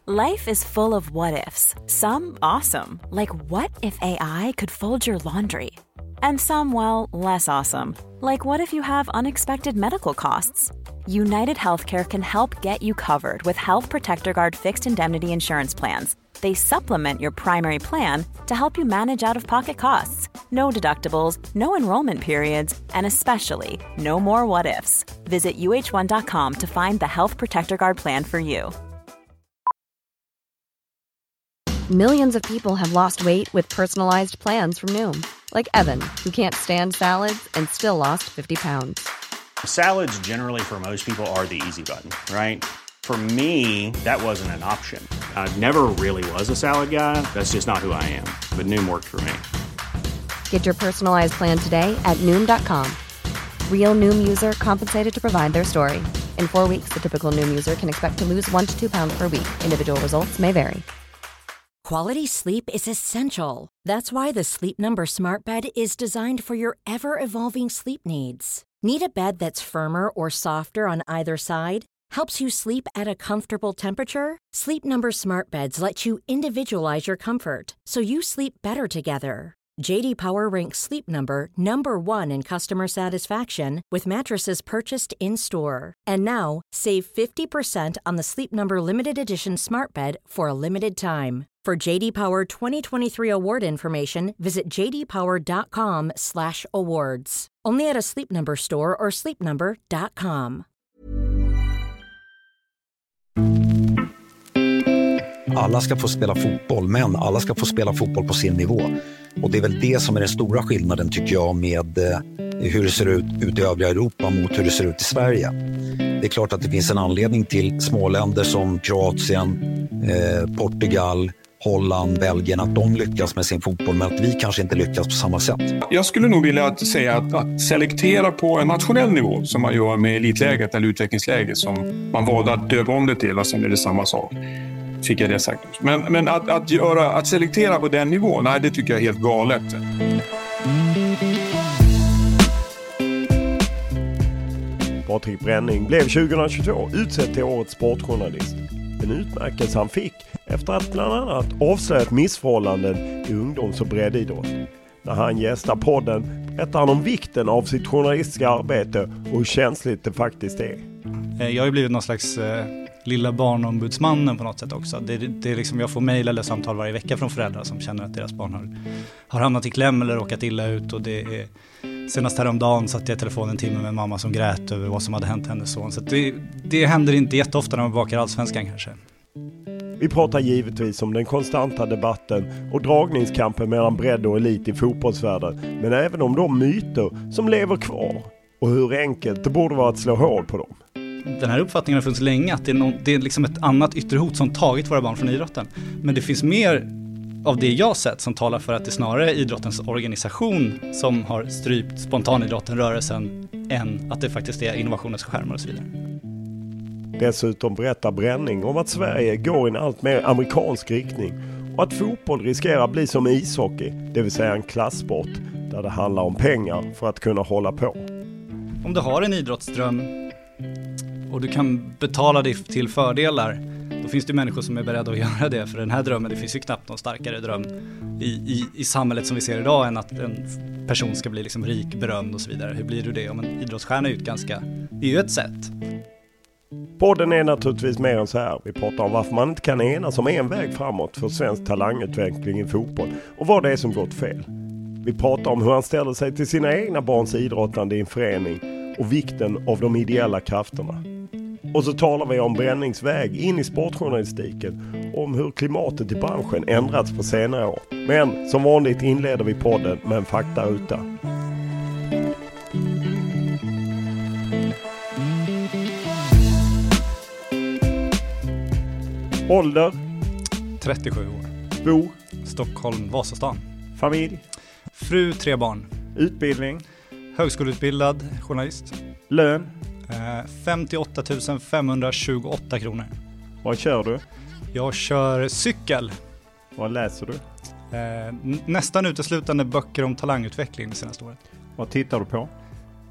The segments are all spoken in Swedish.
Life is full of what-ifs. Some awesome, like what if AI could fold your laundry? And some, well, less awesome, like what if you have unexpected medical costs? United Healthcare can help get you covered with Health Protector Guard fixed indemnity insurance plans. They supplement your primary plan to help you manage out-of-pocket costs. No deductibles, no enrollment periods, and especially no more what-ifs. Visit uh1.com to find the Health Protector Guard plan for you. Millions of people have lost weight with personalized plans from Noom. Like Evan, who can't stand salads and still lost 50 pounds. Salads generally for most people are the easy button, right? For me, that wasn't an option. I never really was a salad guy. That's just not who I am. But Noom worked for me. Get your personalized plan today at Noom.com. Real Noom user compensated to provide their story. In 4 weeks, the typical Noom user can expect to lose 1 to 2 pounds per week. Individual results may vary. Quality sleep is essential. That's why the Sleep Number Smart Bed is designed for your ever-evolving sleep needs. Need a bed that's firmer or softer on either side? Helps you sleep at a comfortable temperature? Sleep Number Smart Beds let you individualize your comfort, so you sleep better together. J.D. Power ranks Sleep Number #1 in customer satisfaction with mattresses purchased in-store. And now, save 50% on the Sleep Number Limited Edition Smart Bed for a limited time. For J.D. Power 2023 award information, visit jdpower.com/awards. Only at a Sleep Number store or sleepnumber.com. Alla ska få spela fotboll, men alla ska få spela fotboll på sin nivå. Och det är väl det som är den stora skillnaden, tycker jag, med hur det ser ut i övriga Europa mot hur det ser ut i Sverige. Det är klart att det finns en anledning till småländer som Kroatien, Portugal, Holland, Belgien, att de lyckas med sin fotboll, men att vi kanske inte lyckas på samma sätt. Jag skulle nog vilja säga att selektera på en nationell nivå, som man gör med elitläget eller utvecklingsläget som man valde att döpa om det till, och sen är det samma sak. Fick jag det sagt. Men att selektera på den nivån, nej, det tycker jag är helt galet. Patrik Bränning blev 2022 utsedd till årets sportjournalist. En utmärkelse han fick efter att bland annat avslöjat missförhållanden i ungdoms- och breddidrott. När han gästar podden berättar han om vikten av sitt journalistiska arbete och hur känsligt det faktiskt är. Jag har ju blivit någon slags lilla barnombudsmannen på något sätt också. Det är liksom, jag får mejl eller samtal varje vecka från föräldrar som känner att deras barn har hamnat i kläm eller råkat illa ut. Och det är, senast häromdagen satt jag i telefonen en timme med en mamma som grät över vad som hade hänt hennes son. Så det händer inte jätteofta när man bakar allsvenskan kanske. Vi pratar givetvis om den konstanta debatten och dragningskampen mellan bredd och elit i fotbollsvärlden, men även om de myter som lever kvar och hur enkelt det borde vara att slå hål på dem. Den här uppfattningen har funnits länge, att det är liksom ett annat ytterhot som tagit våra barn från idrotten. Men det finns mer av det jag sett som talar för att det snarare är idrottens organisation som har strypt spontanidrotten-rörelsen än att det faktiskt är innovationens skärmar och så vidare. Dessutom berättar Bränning om att Sverige går i en allt mer amerikansk riktning och att fotboll riskerar att bli som ishockey, det vill säga en klasssport där det handlar om pengar för att kunna hålla på. Om du har en idrottsdröm och du kan betala dig till fördelar, då finns det människor som är beredda att göra det. För den här drömmen, det finns ju knappt någon starkare dröm i samhället som vi ser idag än att en person ska bli liksom rik, berömd och så vidare. Hur blir du det om en idrottsstjärna det är ju ett sätt. Podden är naturligtvis mer än så här. Vi pratar om varför man inte kan enas om en väg framåt för svensk talangutveckling i fotboll och vad det är som gått fel. Vi pratar om hur han ställer sig till sina egna barns idrottande i en förening och vikten av de ideella krafterna. Och så talar vi om Bränningsväg in i sportjournalistiken och om hur klimatet i branschen ändrats på senare år. Men som vanligt inleder vi podden med en faktaruta. Ålder? 37 år. Bo? Stockholm, Vasastan. Familj? Fru, 3 barn. Utbildning? Högskoleutbildad journalist. Lön? 58 528 kronor. Vad kör du? Jag kör cykel. Vad läser du? Nästan uteslutande böcker om talangutveckling det senaste året. Vad tittar du på?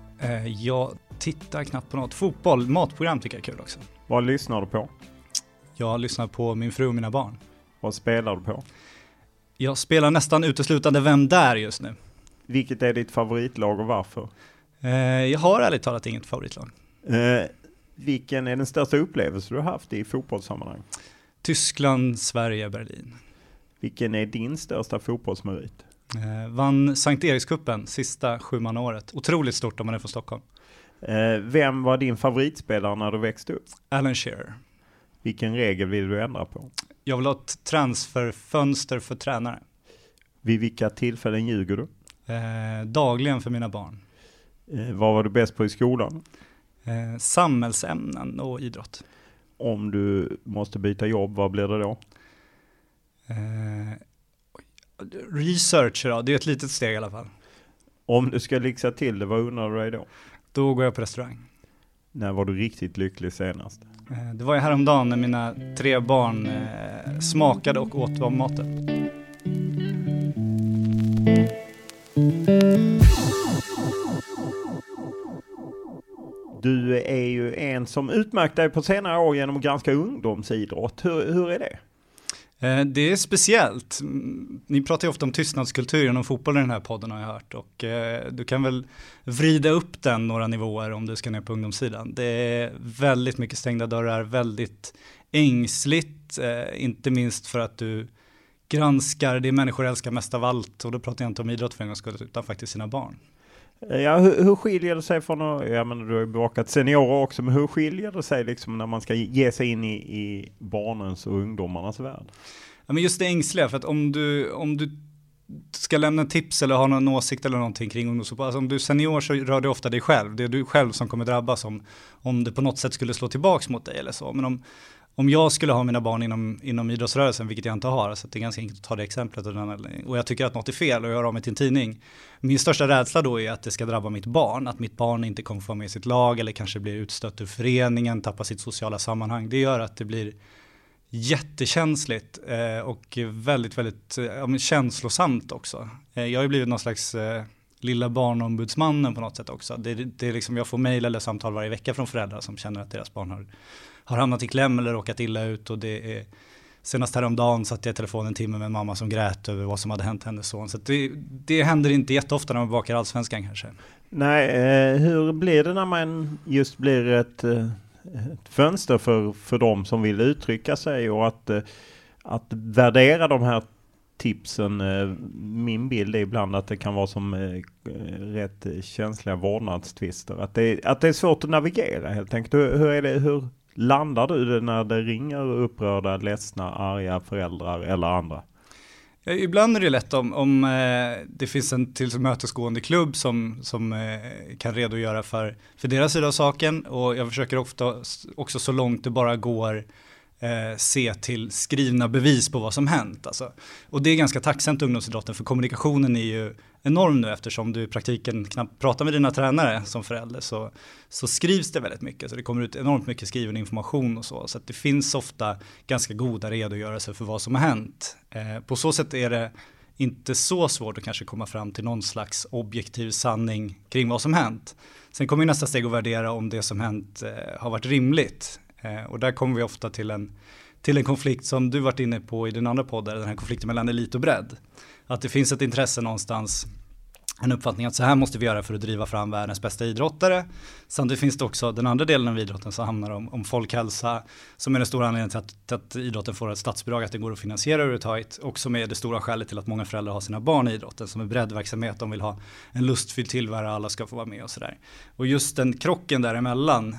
Jag tittar knappt på något. Fotboll, matprogram tycker jag är kul också. Vad lyssnar du på? Jag lyssnar på min fru och mina barn. Vad spelar du på? Jag spelar nästan uteslutande Vem där just nu. Vilket är ditt favoritlag och varför? Jag har ärligt talat inget favoritlag. Vilken är den största upplevelse du har haft i fotbollssammanhang? Tyskland, Sverige, Berlin. Vilken är din största fotbollsmerit? Vann Sankt Erikskuppen sista 7-mannaåret. Otroligt stort om man är från Stockholm. Vem var din favoritspelare när du växte upp? Alan Shearer. Vilken regel vill du ändra på? Jag vill ha ett transferfönster för tränare. Vid vilka tillfällen ljuger du? Dagligen för mina barn. Vad var du bäst på i skolan? Samhällsämnen och idrott. Om du måste byta jobb, vad blir det då? Research då, det är ett litet steg i alla fall. Om du ska lyxa till det, vad undrar du dig då? Då går jag på restaurang. När var du riktigt lycklig senast? Det var ju häromdagen när mina 3 barn smakade och åt av maten. Du är ju en som utmärkt dig på senare år genom att granska ungdomsidrott. Hur är det? Det är speciellt. Ni pratar ju ofta om tystnadskultur inom fotboll i den här podden har jag hört. Och du kan väl vrida upp den några nivåer om du ska ner på ungdomssidan. Det är väldigt mycket stängda dörrar, väldigt ängsligt. Inte minst för att du granskar det människor älskar mest av allt. Och då pratar jag inte om idrott för en gångs skull utan faktiskt sina barn. Ja, hur skiljer det sig från, jag menar, du har ju bevakat seniorer också, men hur skiljer det sig liksom när man ska ge sig in i barnens och ungdomarnas värld? Ja, men just det ängsliga, för att om du ska lämna tips eller ha någon åsikt eller någonting kring ungdomsfotboll, alltså om du är senior så rör det ofta dig själv, det är du själv som kommer drabbas om det på något sätt skulle slå tillbaks mot dig eller så, men om jag skulle ha mina barn inom idrottsrörelsen, vilket jag inte har, så det är ganska enkelt att ta det exemplet och jag tycker att något är fel och jag har av mig till en tidning. Min största rädsla då är att det ska drabba mitt barn, att mitt barn inte kommer få med sitt lag eller kanske blir utstött ur föreningen, tappar sitt sociala sammanhang. Det gör att det blir jättekänsligt och väldigt, väldigt känslosamt också. Jag har ju blivit någon slags lilla barnombudsmannen på något sätt också. Det är liksom, jag får mejl eller samtal varje vecka från föräldrar som känner att deras barn har hamnat i kläm eller råkat illa ut, och det är senast häromdagen satt jag i telefon en timme med en mamma som grät över vad som hade hänt hennes son. Så det händer inte jätteofta när man bakar allsvenskan kanske. Nej, hur blir det när man just blir ett fönster för dem som vill uttrycka sig och att värdera de här tipsen? Min bild är ibland att det kan vara som rätt känsliga vårdnadstvister. Att det är svårt att navigera helt enkelt. Hur landar du det när det ringer upprörda, ledsna, arga föräldrar eller andra? Ibland är det lätt om det finns en tillmötesgående klubb som kan redogöra för deras sida av saken, och jag försöker ofta också så långt det bara går se till skrivna bevis på vad som hänt. Alltså. Och det är ganska tacksamt ungdomsidrotten, för kommunikationen är ju enorm nu, eftersom du i praktiken knappt pratar med dina tränare som förälder, så skrivs det väldigt mycket. Så det kommer ut enormt mycket skriven information och så att det finns ofta ganska goda redogörelser för vad som har hänt. På så sätt är det inte så svårt att kanske komma fram till någon slags objektiv sanning kring vad som hänt. Sen kommer nästa steg att värdera om det som hänt har varit rimligt. Och där kommer vi ofta till en konflikt som du varit inne på i din andra podd, den här konflikten mellan elit och bredd. Att det finns ett intresse någonstans, en uppfattning att så här måste vi göra för att driva fram världens bästa idrottare. Samtidigt finns det också den andra delen av idrotten som handlar om folkhälsa, som är den stora anledningen till att idrotten får ett statsbidrag, att det går att finansiera överhuvudtaget, och som är det stora skälet till att många föräldrar har sina barn i idrotten som är breddverksamhet. De vill ha en lustfylld tillvaro, alla ska få vara med och sådär. Och just den krocken däremellan,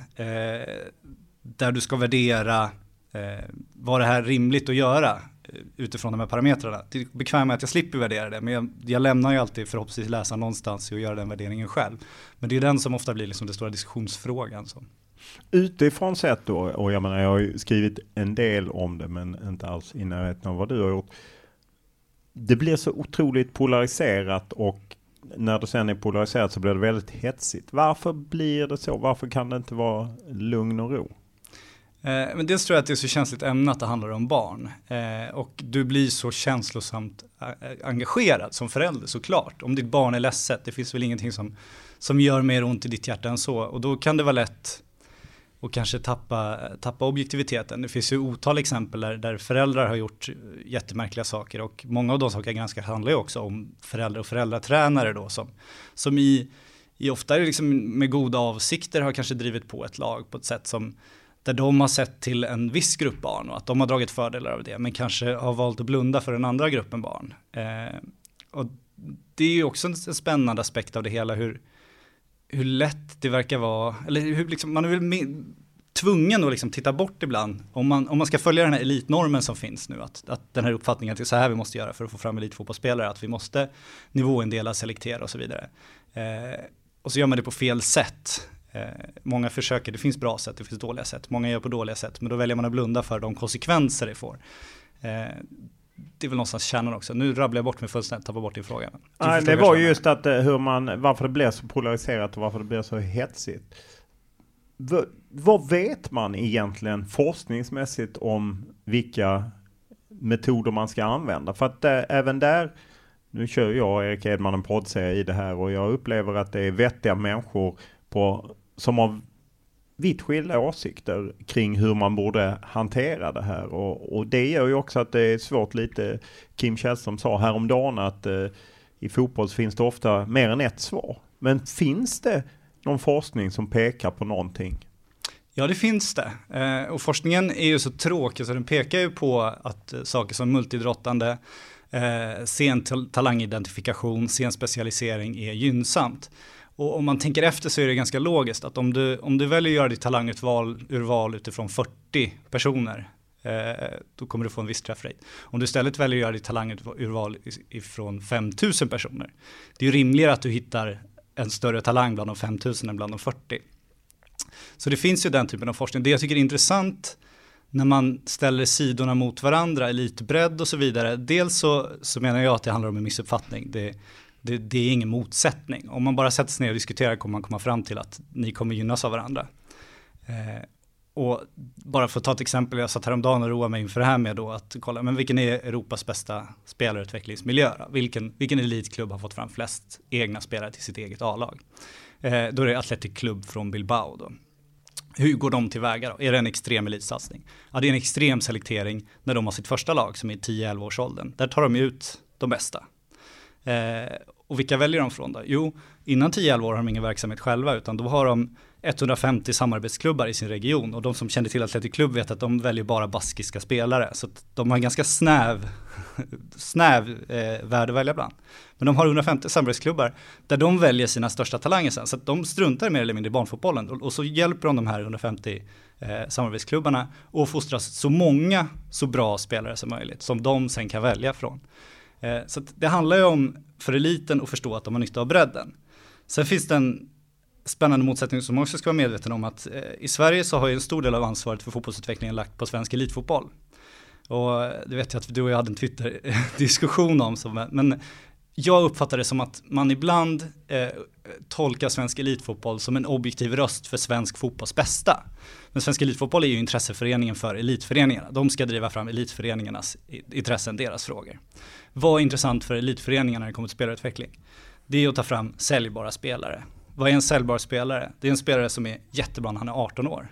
där du ska värdera vad det här är rimligt att göra utifrån de här parametrarna. Det är bekvämt att jag slipper värdera det, men jag lämnar ju alltid förhoppningsvis läsa någonstans och göra den värderingen själv. Men det är den som ofta blir liksom den stora diskussionsfrågan. Så. Utifrån sett då, och jag menar, jag har ju skrivit en del om det, men inte alls i närheten av vad du har gjort. Det blir så otroligt polariserat, och när det sen är polariserat så blir det väldigt hetsigt. Varför blir det så? Varför kan det inte vara lugn och ro? Men dels tror jag att det är så känsligt ämne att det handlar om barn. Och du blir så känslosamt engagerad som förälder, såklart. Om ditt barn är ledset, det finns väl ingenting som gör mer ont i ditt hjärta än så. Och då kan det vara lätt och kanske tappa objektiviteten. Det finns ju otal exempel där föräldrar har gjort jättemärkliga saker, och många av de saker jag granskar handlar ju också om föräldrar och föräldratränare då, som i ofta liksom med goda avsikter har kanske drivit på ett lag på ett sätt där de har sett till en viss grupp barn och att de har dragit fördelar av det, men kanske har valt att blunda för den andra gruppen barn. Och det är ju också en spännande aspekt av det hela, hur lätt det verkar vara, eller hur liksom, man är väl tvungen att liksom titta bort ibland, om man ska följa den här elitnormen som finns nu, att den här uppfattningen att det är så här vi måste göra för att få fram elitfotbollsspelare, att vi måste nivåindela, selektera och så vidare. Och så gör man det på fel sätt. Många försöker, det finns bra sätt, det finns dåliga sätt, många gör på dåliga sätt, men då väljer man att blunda för de konsekvenser det får. Det är väl någonstans kärnan också. Nu rabblar jag bort mig fullständigt, tappar bort din fråga. Nej, det var just att varför det blir så polariserat och varför det blir så hetsigt. Vad vet man egentligen forskningsmässigt om vilka metoder man ska använda? För att även där, nu kör jag och Erik Edman en poddserie i det här, och jag upplever att det är vettiga människor som har vitt skilda åsikter kring hur man borde hantera det här. Och det gör ju också att det är svårt, lite Kim Källström sa häromdagen, att i fotboll finns det ofta mer än ett svar. Men finns det någon forskning som pekar på någonting? Ja, det finns det. Och forskningen är ju så tråkig så den pekar ju på att saker som multidrottande, sen talangidentifikation, sen specialisering är gynnsamt. Och om man tänker efter så är det ganska logiskt att om du väljer att göra ditt talangurval utifrån 40 personer, då kommer du få en viss träffrate. Om du istället väljer att göra ditt talangurval ifrån 5000 personer, det är ju rimligare att du hittar en större talang bland de 5000 än bland de 40. Så det finns ju den typen av forskning. Det jag tycker är intressant när man ställer sidorna mot varandra, elitbredd och så vidare, dels så menar jag att det handlar om en missuppfattning. Det är ingen motsättning. Om man bara sätter sig ner och diskuterar kommer man komma fram till att ni kommer gynnas av varandra. Och bara för att ta ett exempel, jag satt häromdagen och roade mig inför det här med då att kolla, men vilken är Europas bästa spelarutvecklingsmiljö? Vilken elitklubb har fått fram flest egna spelare till sitt eget A-lag? Då är det Athletic Club från Bilbao då. Hur går de tillväga då? Är det en extrem elitsatsning? Ja, det är en extrem selektering när de har sitt första lag som är 10-11 års åldern. Där tar de ut de bästa. Och vilka väljer de från då? Jo, innan 10-11 år har de ingen verksamhet själva, utan då har de 150 samarbetsklubbar i sin region, och de som känner till Athletic Club vet att de väljer bara baskiska spelare, så att de har en ganska snäv värld att välja bland. Men de har 150 samarbetsklubbar där de väljer sina största talanger sen, så att de struntar mer eller mindre i barnfotbollen, och så hjälper de här 150 samarbetsklubbarna och fostrar så många så bra spelare som möjligt som de sen kan välja från. Så att det handlar ju om för eliten att förstå att de har nytta av bredden. Sen finns det en spännande motsättning som man också ska vara medveten om, att i Sverige så har ju en stor del av ansvaret för fotbollsutvecklingen lagt på svensk elitfotboll. Och det vet jag att du och jag hade en Twitter-diskussion om, men jag uppfattar det som att man ibland tolkar svensk elitfotboll som en objektiv röst för svensk fotbolls bästa. Men svensk elitfotboll är ju intresseföreningen för elitföreningarna. De ska driva fram elitföreningarnas intressen, deras frågor. Vad är intressant för elitföreningarna när det kommer till spelarutveckling? Det är att ta fram säljbara spelare. Vad är en säljbar spelare? Det är en spelare som är jättebra när han är 18 år.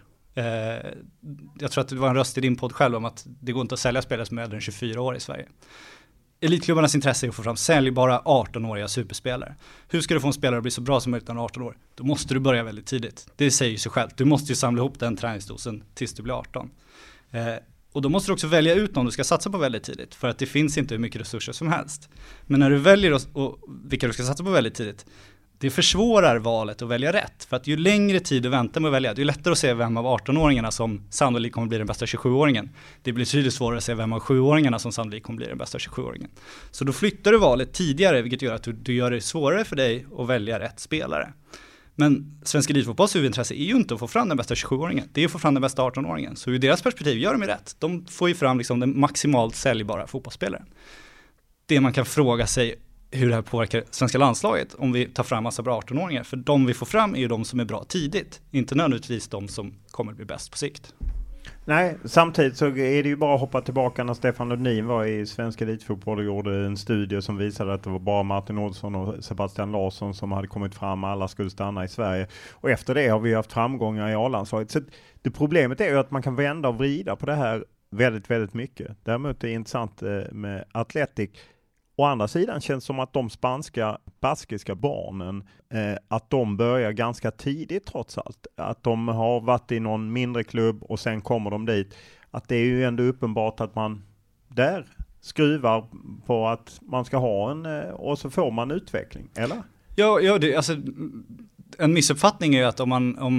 Jag tror att det var en röst i din podd själv om att det går inte att sälja spelare som är äldre än 24 år i Sverige. Elitklubbarnas intresse är att få fram säljbara 18-åriga superspelare. Hur ska du få en spelare att bli så bra som möjligt när 18 år? Då måste du börja väldigt tidigt. Det säger ju sig självt. Du måste ju samla ihop den träningsdosen tills du blir 18. Och då måste du också välja ut någon du ska satsa på väldigt tidigt. För att det finns inte hur mycket resurser som helst. Men när du väljer vilka du ska satsa på väldigt tidigt, det försvårar valet att välja rätt. För att ju längre tid du väntar med att välja, det är lättare att se vem av 18-åringarna som sannolikt kommer bli den bästa 27-åringen. Det blir tydligt svårare att se vem av 7-åringarna som sannolikt kommer bli den bästa 27-åringen. Så då flyttar du valet tidigare, vilket gör att du gör det svårare för dig att välja rätt spelare. Men svensk elitfotbolls huvudintresse är ju inte att få fram den bästa 27-åringen. Det är att få fram den bästa 18-åringen. Så ur deras perspektiv gör de ju rätt. De får ju fram liksom den maximalt säljbara fotbollsspelaren. Det man kan fråga sig hur det här påverkar svenska landslaget om vi tar fram massa bra 18-åringar. För de vi får fram är ju de som är bra tidigt. Inte nödvändigtvis de som kommer att bli bäst på sikt. Nej, samtidigt så är det ju bara att hoppa tillbaka när Stefan Lundin var i Svenska Elitfotboll och gjorde en studie som visade att det var bara Martin Olsson och Sebastian Larsson som hade kommit fram, alla skulle stanna i Sverige. Och efter det har vi haft framgångar i A-landslaget. Så det problemet är ju att man kan vända och vrida på det här väldigt, väldigt mycket. Däremot är det intressant med Athletic. Å andra sidan känns det som att de baskiska barnen, att de börjar ganska tidigt trots allt. Att de har varit i någon mindre klubb och sen kommer de dit. Att det är ju ändå uppenbart att man där skruvar på att man ska ha och så får man utveckling, eller? Ja, alltså en missuppfattning är ju att om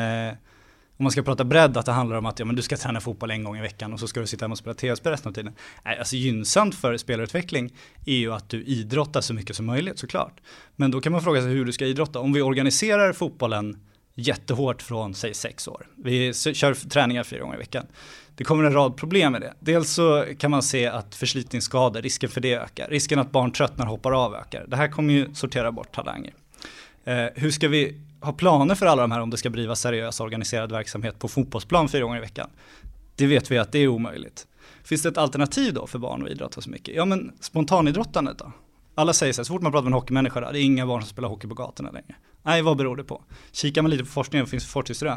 man ska prata bredd, att det handlar om att men du ska träna fotboll en gång i veckan och så ska du sitta hemma och spela tv-spel resten av tiden. Nej, alltså gynnsamt för spelarutveckling är ju att du idrottar så mycket som möjligt, såklart. Men då kan man fråga sig hur du ska idrotta. Om vi organiserar fotbollen jättehårt från, säg 6 år. Vi kör träningar 4 gånger i veckan. Det kommer en rad problem med det. Dels så kan man se att förslitningsskador, risken för det ökar. Risken att barn tröttnar, hoppar av, ökar. Det här kommer ju sortera bort talanger. Hur ska vi ha planer för alla de här om det ska drivas seriös organiserad verksamhet på fotbollsplan 4 gånger i veckan? Det vet vi att det är omöjligt. Finns det ett alternativ då för barn att idrotta så mycket? Ja, men spontanidrottandet då? Alla säger så här, så fort man pratar med en hockeymänniska, det är inga barn som spelar hockey på gatorna längre. Nej, vad beror det på? Kikar man lite på forskningen, finns det forskningsrön.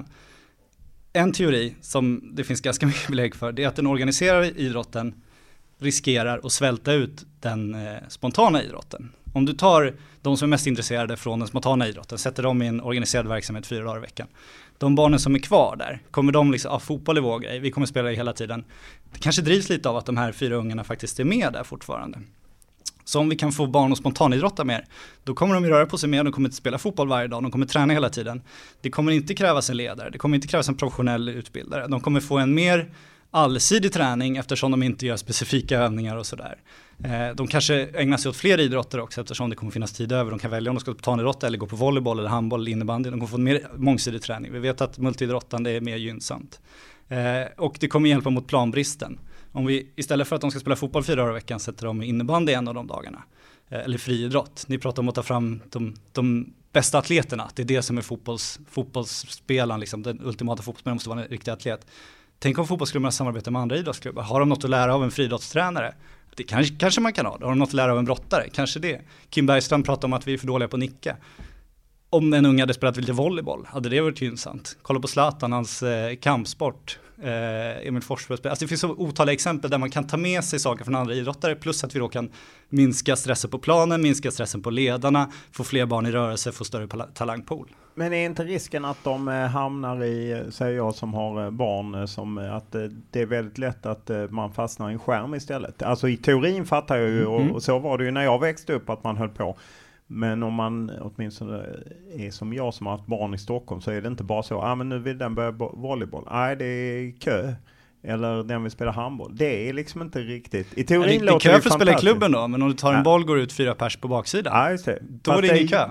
En teori som det finns ganska mycket belägg för, det är att den organiserade idrotten riskerar att svälta ut den spontana idrotten. Om du tar de som är mest intresserade från den spontana idrotten, sätter dem i en organiserad verksamhet 4 dagar i veckan. De barnen som är kvar där, kommer de liksom, fotboll är vår grej, vi kommer spela hela tiden. Det kanske drivs lite av att de här 4 ungarna faktiskt är med där fortfarande. Så om vi kan få barn att spontanidrotta mer, då kommer de röra på sig mer, de kommer inte spela fotboll varje dag, de kommer träna hela tiden. Det kommer inte krävas en ledare, det kommer inte krävas en professionell utbildare. De kommer få en mer allsidig träning eftersom de inte gör specifika övningar och sådär. De kanske ägnar sig åt fler idrotter också eftersom det kommer finnas tid över. De kan välja om de ska spontanidrotta eller gå på volleyboll eller handboll eller innebandy. De kommer få en mer mångsidig träning. Vi vet att multiidrottande är mer gynnsamt. Och det kommer hjälpa mot planbristen. Om vi istället för att de ska spela fotboll 4 dagar i veckan sätter de innebandy en av de dagarna. Eller friidrott. Ni pratar om att ta fram de bästa atleterna. Det är det som är fotbollsspelaren, liksom, den ultimata fotbollsspelaren måste vara en riktig atlet. Tänk om fotbollsklubbarna samarbetar med andra idrottsklubbar. Har de något att lära av en friidrottstränare? Det kanske man kan ha. Har de något att lära av en brottare? Kanske det. Kim Bergstrand pratar om att vi är för dåliga på att nicka. Om en unge hade spelat lite volleyboll, hade det varit gynnsamt. Kolla på Zlatan, hans kampsport. Emil Forsberg. Alltså det finns så otaliga exempel där man kan ta med sig saker från andra idrottare, plus att vi då kan minska stressen på planen, minska stressen på ledarna, få fler barn i rörelse, få större talangpool. Men är inte risken att de hamnar i, säger jag som har barn, som att det är väldigt lätt att man fastnar i en skärm istället? Alltså i teorin fattar jag ju, och så var det ju när jag växte upp att man höll på. Men om man åtminstone är som jag som har haft barn i Stockholm, så är det inte bara så, men nu vill den börja volleyboll. Nej, det är kö. Eller den vill spela handboll. Det är liksom inte riktigt. I teorin det är kö för att spela i klubben då, men om du tar en boll går ut 4 pers på baksidan. Ja, just det. Då är det ingen kö.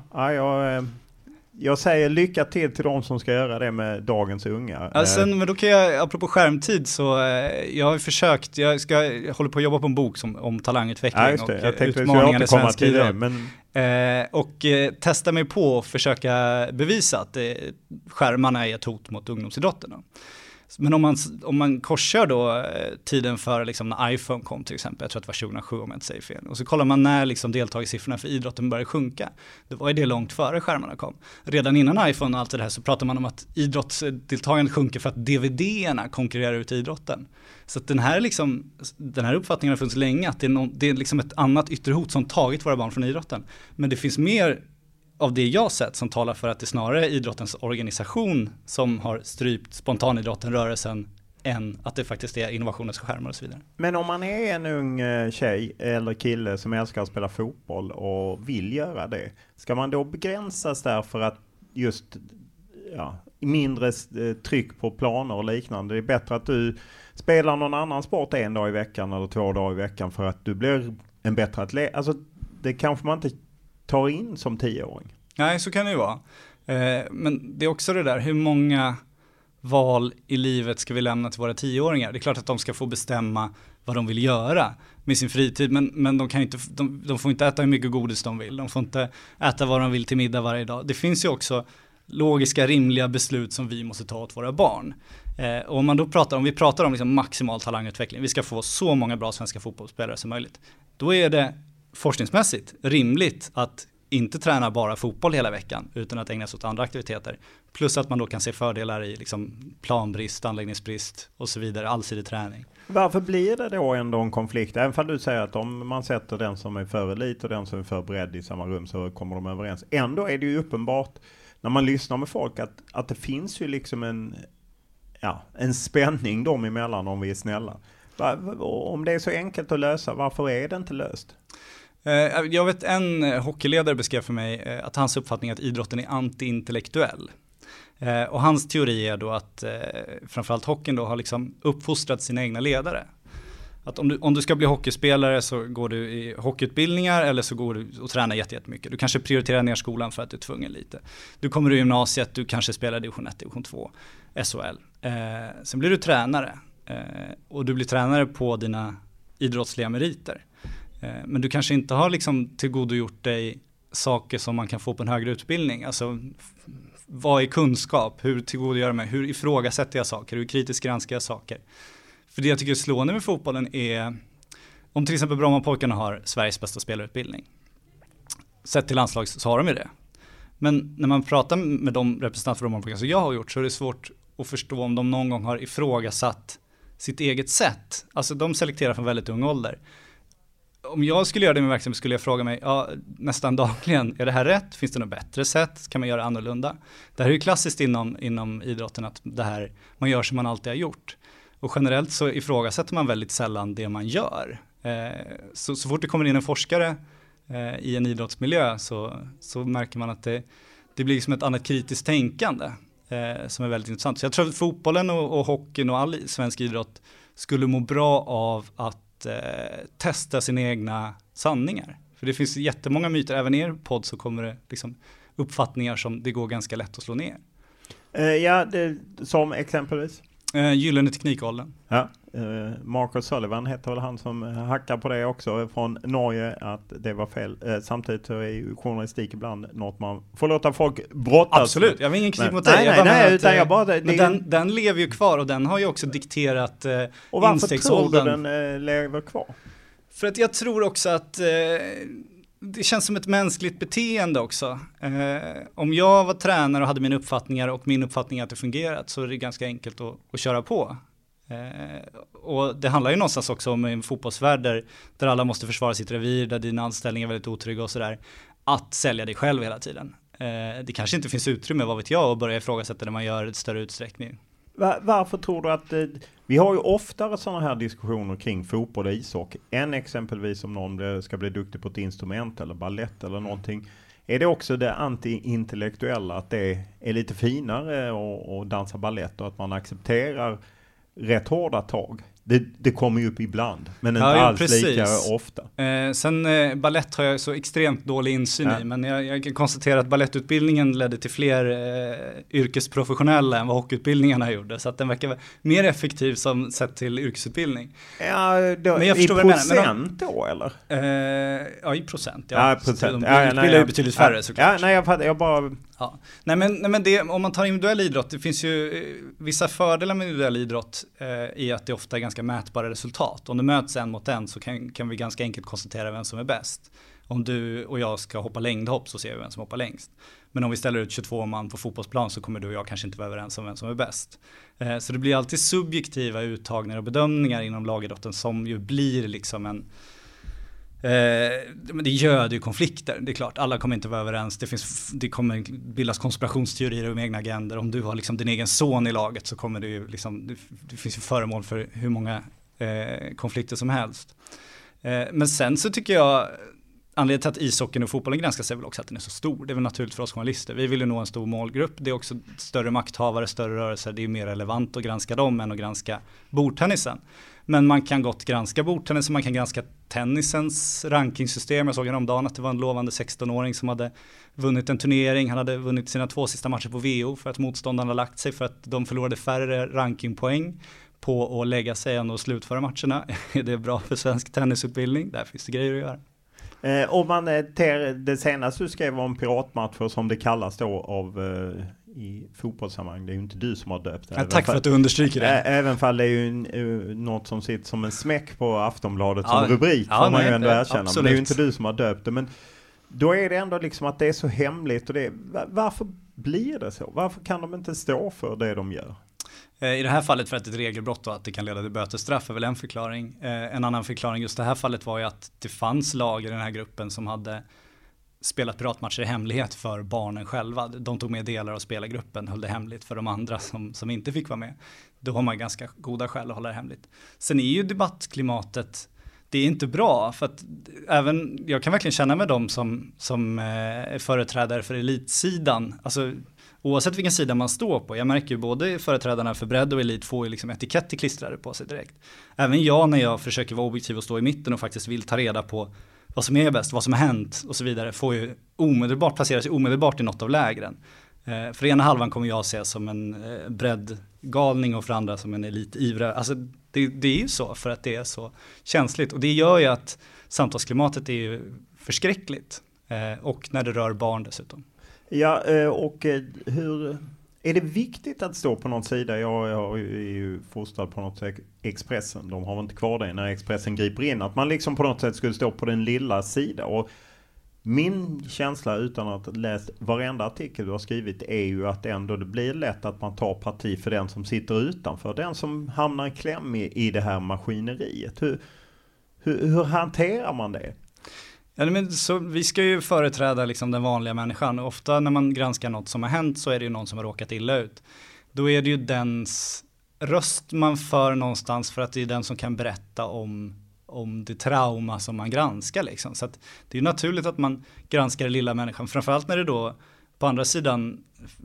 Jag säger lycka till de som ska göra det med dagens unga. Alltså, men då kan jag, apropå skärmtid, så jag har försökt, jag håller på att jobba på en bok om talangutveckling och utmaningar i svensk idrott. Och testa mig på att försöka bevisa att skärmarna är ett hot mot ungdomsidrotten. Men om man korsar då tiden för liksom när iPhone kom till exempel, jag tror att det var 2007 om jag inte säger fel, och så kollar man när liksom deltagarsiffrorna för idrotten började sjunka. Det var ju det långt före skärmarna kom. Redan innan iPhone och allt det här så pratar man om att idrottsdeltagandet sjunker för att DVD-erna konkurrerar ut idrotten. Så att den här uppfattningen har funnits länge, att det är liksom ett annat ytterhot som tagit våra barn från idrotten. Men det finns mer av det jag sett som talar för att det snarare är idrottens organisation som har strypt spontanidrotten, rörelsen, än att det faktiskt är innovationens skärmar och så vidare. Men om man är en ung tjej eller kille som älskar att spela fotboll och vill göra det, ska man då begränsas där för att just mindre tryck på planer och liknande? Det är bättre att du spelar någon annan sport 1 dag i veckan eller 2 dagar i veckan för att du blir en bättre atlet. Alltså det kanske man inte tar in som 10-åring. Nej, så kan det ju vara. Men det är också det där, hur många val i livet ska vi lämna till våra 10-åringar? Det är klart att de ska få bestämma vad de vill göra med sin fritid, men de kan inte, de får inte äta hur mycket godis de vill. De får inte äta vad de vill till middag varje dag. Det finns ju också logiska, rimliga beslut som vi måste ta åt våra barn. Och om vi pratar om liksom maximal talangutveckling, vi ska få så många bra svenska fotbollsspelare som möjligt. Då är det forskningsmässigt rimligt att inte träna bara fotboll hela veckan utan att ägna sig åt andra aktiviteter. Plus att man då kan se fördelar i liksom planbrist, anläggningsbrist och så vidare, allsidig träning. Varför blir det då ändå en konflikt? Även om du säger att om man sätter den som är för elit och den som är för bredd i samma rum så kommer de överens. Ändå är det ju uppenbart när man lyssnar med folk att det finns ju liksom en spänning dem emellan om vi är snälla. Om det är så enkelt att lösa, varför är det inte löst? Jag vet en hockeyledare beskrev för mig att hans uppfattning är att idrotten är anti-intellektuell. Och hans teori är då att framförallt hockeyn då har liksom uppfostrat sina egna ledare. Att om du ska bli hockeyspelare så går du i hockeyutbildningar eller så går du och tränar jättemycket. Du kanske prioriterar ner skolan för att du är tvungen lite. Du kommer i gymnasiet, du kanske spelar division 1, division 2, SHL. Sen blir du tränare och du blir tränare på dina idrottsliga meriter. Men du kanske inte har liksom tillgodogjort dig saker som man kan få på en högre utbildning. Alltså vad är kunskap? Hur tillgodogör jag mig? Hur ifrågasätter jag saker? Hur kritiskt granskar jag saker? För det jag tycker är slående med fotbollen är om till exempel Brommapojkarna har Sveriges bästa spelarutbildning. Sett till landslag så har de ju det. Men när man pratar med de representanter för Brommapojkarna som jag har gjort så är det svårt att förstå om de någon gång har ifrågasatt sitt eget sätt. Alltså de selekterar från väldigt ung ålder. Om jag skulle göra det med verksamhet skulle jag fråga mig nästan dagligen, är det här rätt? Finns det något bättre sätt? Kan man göra annorlunda? Det här är ju klassiskt inom idrotten att det här, man gör som man alltid har gjort. Och generellt så ifrågasätter man väldigt sällan det man gör. Så fort det kommer in en forskare i en idrottsmiljö så märker man att det blir liksom ett annat kritiskt tänkande som är väldigt intressant. Så jag tror att fotbollen och hockeyn och all svensk idrott skulle må bra av att testa sina egna sanningar. För det finns jättemånga myter, även i er podd så kommer det liksom uppfattningar som det går ganska lätt att slå ner. Som exempelvis? Gyllene teknikåldern. Ja, Marcus Sullivan heter väl han som hackar på det också från Norge att det var fel. Samtidigt så är ju journalistik ibland något man får låta folk brottas. Absolut, jag har ingen kritik mot dig. Den lever ju kvar och den har ju också dikterat och varför tror du den lever kvar? För att jag tror också att det känns som ett mänskligt beteende också. Om jag var tränare och hade mina uppfattningar och min uppfattning att det fungerat så är det ganska enkelt att köra på. Och det handlar ju någonstans också om en fotbollsvärld där alla måste försvara sitt revir, där dina anställningar är väldigt otrygga och sådär. Att sälja dig själv hela tiden. Det kanske inte finns utrymme, vad vet jag, att börja ifrågasätta när man gör ett större utsträckning. Varför tror du att vi har ju oftare sådana här diskussioner kring fotboll och ishockey än exempelvis om någon ska bli duktig på ett instrument eller ballett eller någonting. Är det också det anti-intellektuella att det är lite finare att dansa ballett och att man accepterar rätt hårda tag? Det kommer ju upp ibland, men inte alls lika ofta. Sen ballett har jag så extremt dålig insyn i, men jag kan konstatera att ballettutbildningen ledde till fler yrkesprofessionella än vad hockeyutbildningarna gjorde, så att den verkar mer effektiv som sett till yrkesutbildning. Men jag förstår i procent då, eller? I procent, procent. De utbildar ju betydligt färre såklart. Jag bara... Ja. Nej men det, om man tar individuell idrott, det finns ju vissa fördelar med individuell idrott i att det ofta är ganska mätbara resultat. Om det möts en mot en så kan vi ganska enkelt konstatera vem som är bäst. Om du och jag ska hoppa längdhopp så ser vi vem som hoppar längst. Men om vi ställer ut 22 man på fotbollsplan så kommer du och jag kanske inte vara överens om vem som är bäst. Så det blir alltid subjektiva uttagningar och bedömningar inom lagidrotten som ju blir liksom en... Men det göder ju konflikter, det är klart. Alla kommer inte vara överens. Det kommer bildas konspirationsteorier om egna agendor. Om du har liksom din egen son i laget så kommer det ju liksom, det finns ju föremål för hur många konflikter som helst. Men sen så tycker jag anledningen till att ishockeyn och fotbollen granskas är väl också att den är så stor. Det är väl naturligt för oss journalister. Vi vill ju nå en stor målgrupp. Det är också större makthavare, större rörelser. Det är mer relevant att granska dem än att granska bordtennisen. Men man kan gott granska bordtennisen, man kan granska tennisens rankingsystem. Jag såg häromdagen att det var en lovande 16-åring som hade vunnit en turnering. Han hade vunnit sina 2 sista matcher på VO för att motståndarna lagt sig för att de förlorade färre rankingpoäng på att lägga sig än att slutföra matcherna. Det är bra för svensk tennisutbildning, där finns det grejer att göra. Om man det senaste du skrev om piratmatcher som det kallas då av i fotbollssammanhang, det är ju inte du som har döpt det. Tack för att du understryker det. Även fall det är ju något som sitter som en smäck på Aftonbladet som rubrik, får man ju ändå erkänna. Absolut. Men det är ju inte du som har döpt det. Men då är det ändå liksom att det är så hemligt. Och varför blir det så? Varför kan de inte stå för det de gör? I det här fallet för att det är ett regelbrott och att det kan leda till bötesstraff är väl en förklaring. En annan förklaring just det här fallet var ju att det fanns lag i den här gruppen som hade spelat piratmatcher i hemlighet för barnen själva. De tog med delar av spelargruppen, höll det hemligt för de andra som inte fick vara med. Då har man ganska goda skäl att hålla det hemligt. Sen är ju debattklimatet, det är inte bra, för att även jag kan verkligen känna med dem som är företrädare för elitsidan. Alltså oavsett vilken sida man står på. Jag märker ju både företrädarna för bredd och elit får ju liksom etiketter klistrade på sig direkt. Även jag, när jag försöker vara objektiv och stå i mitten och faktiskt vill ta reda på vad som är bäst, vad som har hänt och så vidare, får ju placera sig omedelbart i något av lägren. För ena halvan kommer jag se som en breddgalning och för andra som en elitivrare. Alltså det är ju så, för att det är så känsligt. Och det gör ju att samtalsklimatet är ju förskräckligt. Och när det rör barn dessutom. Ja, och hur är det viktigt att stå på någon sida? Jag är ju fostrad på något sätt Expressen. De har väl inte kvar det när Expressen griper in. Att man liksom på något sätt skulle stå på den lilla sidan. Och min känsla, utan att ha läst varenda artikel du har skrivit, är ju att ändå det blir lätt att man tar parti för den som sitter utanför. Den som hamnar i kläm i det här maskineriet. Hur hanterar man det? Ja, men så vi ska ju företräda liksom den vanliga människan. Och ofta när man granskar något som har hänt så är det ju någon som har råkat illa ut. Då är det ju dens röst man för någonstans, för att det är den som kan berätta om det trauma som man granskar. Liksom. Så att det är naturligt att man granskar den lilla människan. Framförallt när det då på andra sidan,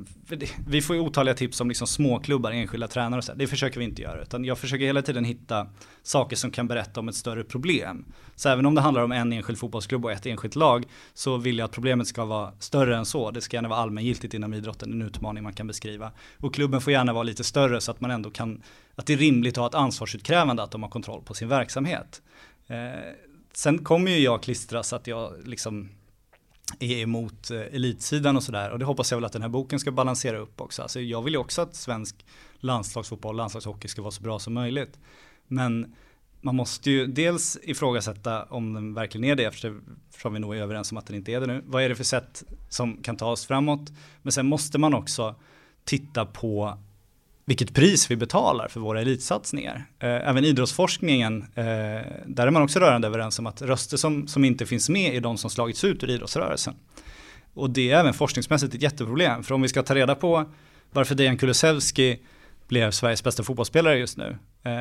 vi får ju otaliga tips om liksom småklubbar, enskilda tränare och så. Det försöker vi inte göra, utan jag försöker hela tiden hitta saker som kan berätta om ett större problem. Så även om det handlar om en enskild fotbollsklubb och ett enskilt lag, så vill jag att problemet ska vara större än så. Det ska gärna vara allmängiltigt inom idrotten, en utmaning man kan beskriva. Och klubben får gärna vara lite större så att man ändå kan, att det är rimligt att ha ett ansvarsutkrävande, att de har kontroll på sin verksamhet. Sen kommer ju jag klistras att jag liksom är emot elitsidan och sådär, och det hoppas jag väl att den här boken ska balansera upp också. Alltså jag vill ju också att svensk landslagsfotboll, landslagshockey ska vara så bra som möjligt, men man måste ju dels ifrågasätta om den verkligen är det, eftersom vi nog är överens om att den inte är det nu. Vad är det för sätt som kan ta oss framåt? Men sen måste man också titta på vilket pris vi betalar för våra elitsatsningar. Även idrottsforskningen, där är man också rörande överens om att röster som inte finns med är de som slagits ut ur idrottsrörelsen. Och det är även forskningsmässigt ett jätteproblem. För om vi ska ta reda på varför Dejan Kulusevski blev Sveriges bästa fotbollsspelare just nu,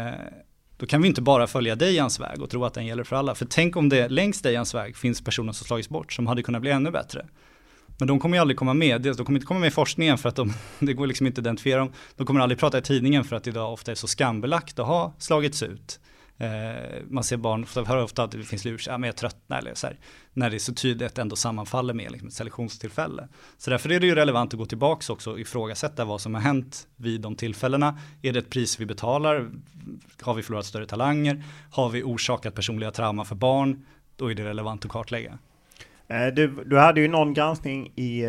då kan vi inte bara följa Dejans väg och tro att den gäller för alla. För tänk om det längs Dejans väg finns personer som slagits bort som hade kunnat bli ännu bättre. Men de kommer ju aldrig komma med. De kommer inte komma med i forskningen för att det går liksom inte att identifiera dem. De kommer aldrig prata i tidningen för att idag ofta är så skambelagt att ha slagits ut. Man ser barn, hör ofta att det finns lurs, men jag tröttnar eller så här, när det är så tydligt ändå sammanfaller med liksom ett selektionstillfälle. Så därför är det ju relevant att gå tillbaka också och ifrågasätta vad som har hänt vid de tillfällena. Är det ett pris vi betalar? Har vi förlorat större talanger? Har vi orsakat personliga trauma för barn? Då är det relevant att kartlägga. Du hade ju någon granskning i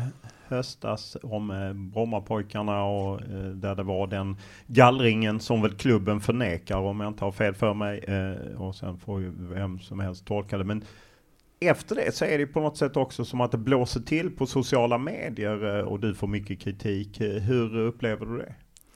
höstas om Brommapojkarna och där det var den gallringen som väl klubben förnekar, om jag inte har fel för mig, och sen får ju vem som helst tolka det. Men efter det så är det på något sätt också som att det blåser till på sociala medier och du får mycket kritik. Hur upplever du det?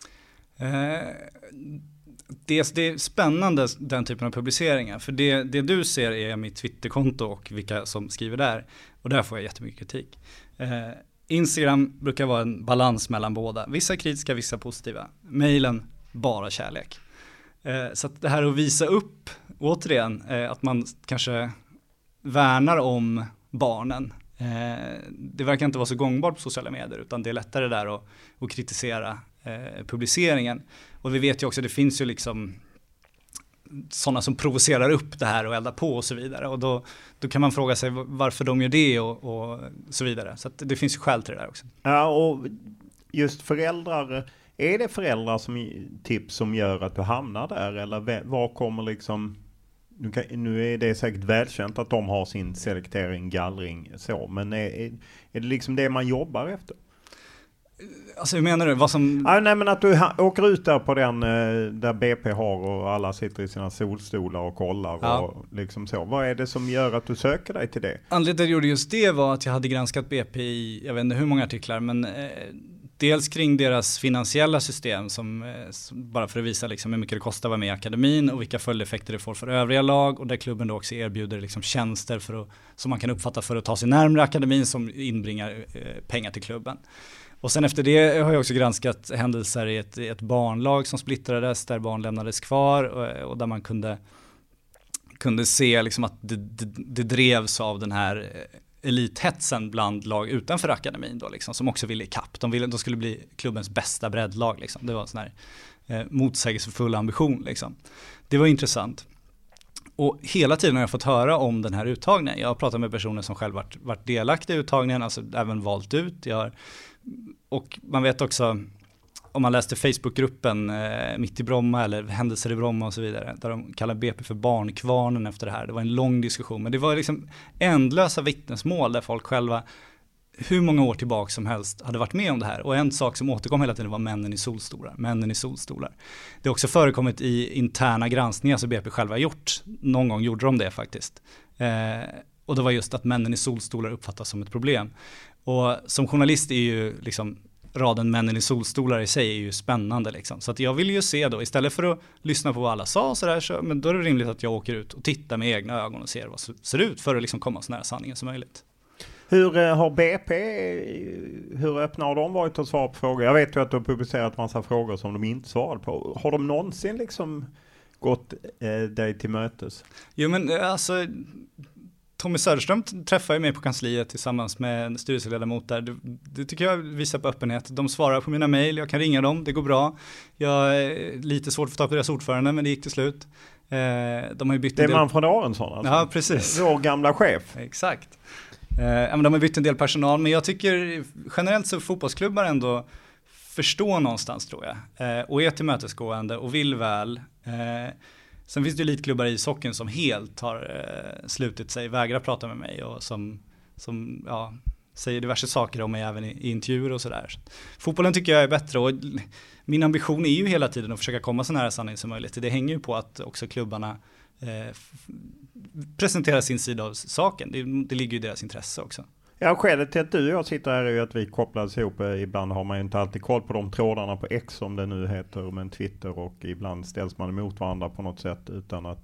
Det är spännande, den typen av publiceringar, för det du ser är mitt Twitterkonto och vilka som skriver där, och där får jag jättemycket kritik. Instagram brukar vara en balans mellan båda, vissa kritiska, vissa positiva. Mailen, bara kärlek. Så att det här att visa upp, återigen, att man kanske värnar om barnen, det verkar inte vara så gångbart på sociala medier, utan det är lättare där att kritisera publiceringen. Och vi vet ju också att det finns ju liksom sådana som provocerar upp det här och eldar på och så vidare. Och då kan man fråga sig varför de gör det och så vidare. Så att det finns ju skäl till det där också. Ja, och just föräldrar, är det föräldrar som tips som gör att du hamnar där? Eller var kommer liksom nu är det säkert välkänt att de har sin selektering, gallring så, men är det liksom det man jobbar efter? Alltså hur menar du? Nej, men att du åker ut där på den där BP har och alla sitter i sina solstolar och kollar och liksom så. Vad är det som gör att du söker dig till det? Anledningen till att jag gjorde just det var att jag hade granskat BP i, jag vet inte hur många artiklar, men dels kring deras finansiella system som bara för att visa liksom hur mycket det kostar att vara med i akademin och vilka följdeffekter det får för övriga lag, och där klubben då också erbjuder liksom tjänster som man kan uppfatta för att ta sig närmare akademin som inbringar pengar till klubben. Och sen efter det har jag också granskat händelser i ett barnlag som splittrades, där barn lämnades kvar och där man kunde se liksom att det drevs av den här elithetsen bland lag utanför akademin då liksom, som också ville ikapp. De skulle bli klubbens bästa breddlag liksom. Det var en sån här motsägelsefull ambition liksom. Det var intressant. Och hela tiden har jag fått höra om den här uttagningen. Jag har pratat med personer som själv varit delaktiga i uttagningen, alltså även valt ut. Och man vet också, om man läste Facebookgruppen Mitt i Bromma eller Händelser i Bromma och så vidare, där de kallar BP för barnkvarnen efter det här. Det var en lång diskussion, men det var liksom ändlösa vittnesmål där folk själva hur många år tillbaka som helst hade varit med om det här. Och en sak som återkom hela tiden var männen i solstolar. Det har också förekommit i interna granskningar som BP själva har gjort. Någon gång gjorde de det faktiskt. Och det var just att männen i solstolar uppfattas som ett problem. Och som journalist är ju liksom raden männen i solstolar i sig är ju spännande liksom. Så att jag vill ju se då, istället för att lyssna på vad alla sa men då är det rimligt att jag åker ut och tittar med egna ögon och ser vad det ser ut för att liksom komma så nära sanningen som möjligt. Hur har BP, hur öppna har de varit att svara på frågor? Jag vet ju att du har publicerat massa frågor som de inte svarade på. Har de någonsin liksom gått dig till mötes? Jo men alltså Tommy Söderström träffar ju mig på kansliet tillsammans med en styrelseledamot där. Det tycker jag visar på öppenhet. De svarar på mina mejl, jag kan ringa dem, det går bra. Jag är lite svårt att få tag på deras ordförande, men det gick till slut. De har ju bytt det är Manfred Aronsson alltså? Ja, precis. Vår gamla chef. Exakt. Men de har bytt en del personal, men jag tycker generellt så fotbollsklubbar ändå förstår någonstans tror jag. Och är tillmötesgående och vill väl. Sen finns det elitklubbar i ishockeyn som helt har slutit sig, vägrar prata med mig och som säger diverse saker om mig även i intervjuer och sådär. Fotbollen tycker jag är bättre och min ambition är ju hela tiden att försöka komma så nära sanning som möjligt. Det hänger ju på att också klubbarna presenterar sin sida av saken. Det ligger ju i deras intresse också. Ja, skälet till att du och jag sitter här är ju att vi kopplas ihop. Ibland har man ju inte alltid koll på de trådarna på X som det nu heter, men Twitter, och ibland ställs man emot varandra på något sätt utan att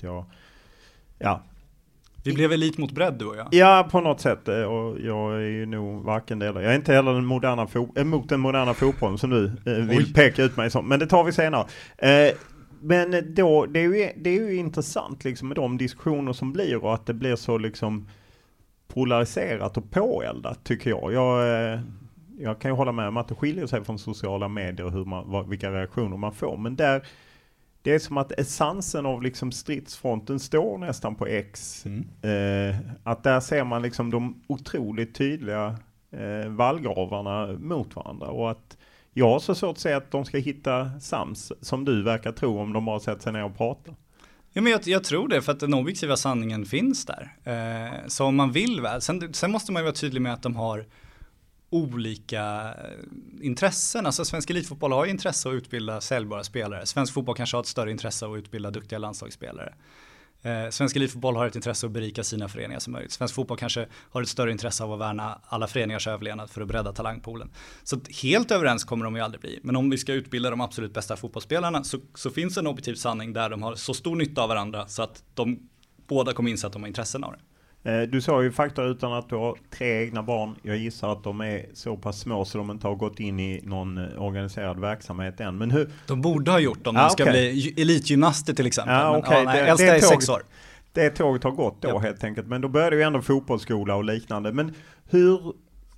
Vi blev elit mot bredd, du och jag. Ja, på något sätt. Och jag är ju nog varken delar. Jag är inte heller emot den moderna fotbollen som du vill peka ut mig som. Men det tar vi senare. Men då, det är ju intressant liksom, med de diskussioner som blir och att det blir så liksom polariserat och påeldat tycker jag. Jag kan ju hålla med om att det skiljer sig från sociala medier och vilka reaktioner man får. Men det är som att essensen av liksom stridsfronten står nästan på X. Att där ser man liksom de otroligt tydliga vallgravarna mot varandra. Och att jag har så svårt att säga att de ska hitta sams som du verkar tro om de bara sätter sig ner och pratar. Ja, men jag tror det, för att den objektiva sanningen finns där. Så om man vill väl. Sen måste man ju vara tydlig med att de har olika intressen. Alltså svensk elitfotboll har ju intresse att utbilda säljbara spelare. Svensk fotboll kanske har ett större intresse att utbilda duktiga landslagsspelare. Svensk elitfotboll har ett intresse att berika sina föreningar som möjligt. Svensk fotboll kanske har ett större intresse av att värna alla föreningars överlevnad för att bredda talangpoolen. Så helt överens kommer de ju aldrig bli. Men om vi ska utbilda de absolut bästa fotbollsspelarna så finns en objektiv sanning där de har så stor nytta av varandra så att de båda kommer inse att de har intressen av det. Du sa ju faktiskt utan att du har 3 egna barn. Jag gissar att de är så pass små så de inte har gått in i någon organiserad verksamhet än. Men hur? De borde ha gjort om de ska bli elitgymnaster till exempel. Äldsta är 6 år. Det tåget har gått då helt enkelt. Men då började ju ändå fotbollsskola och liknande. Men hur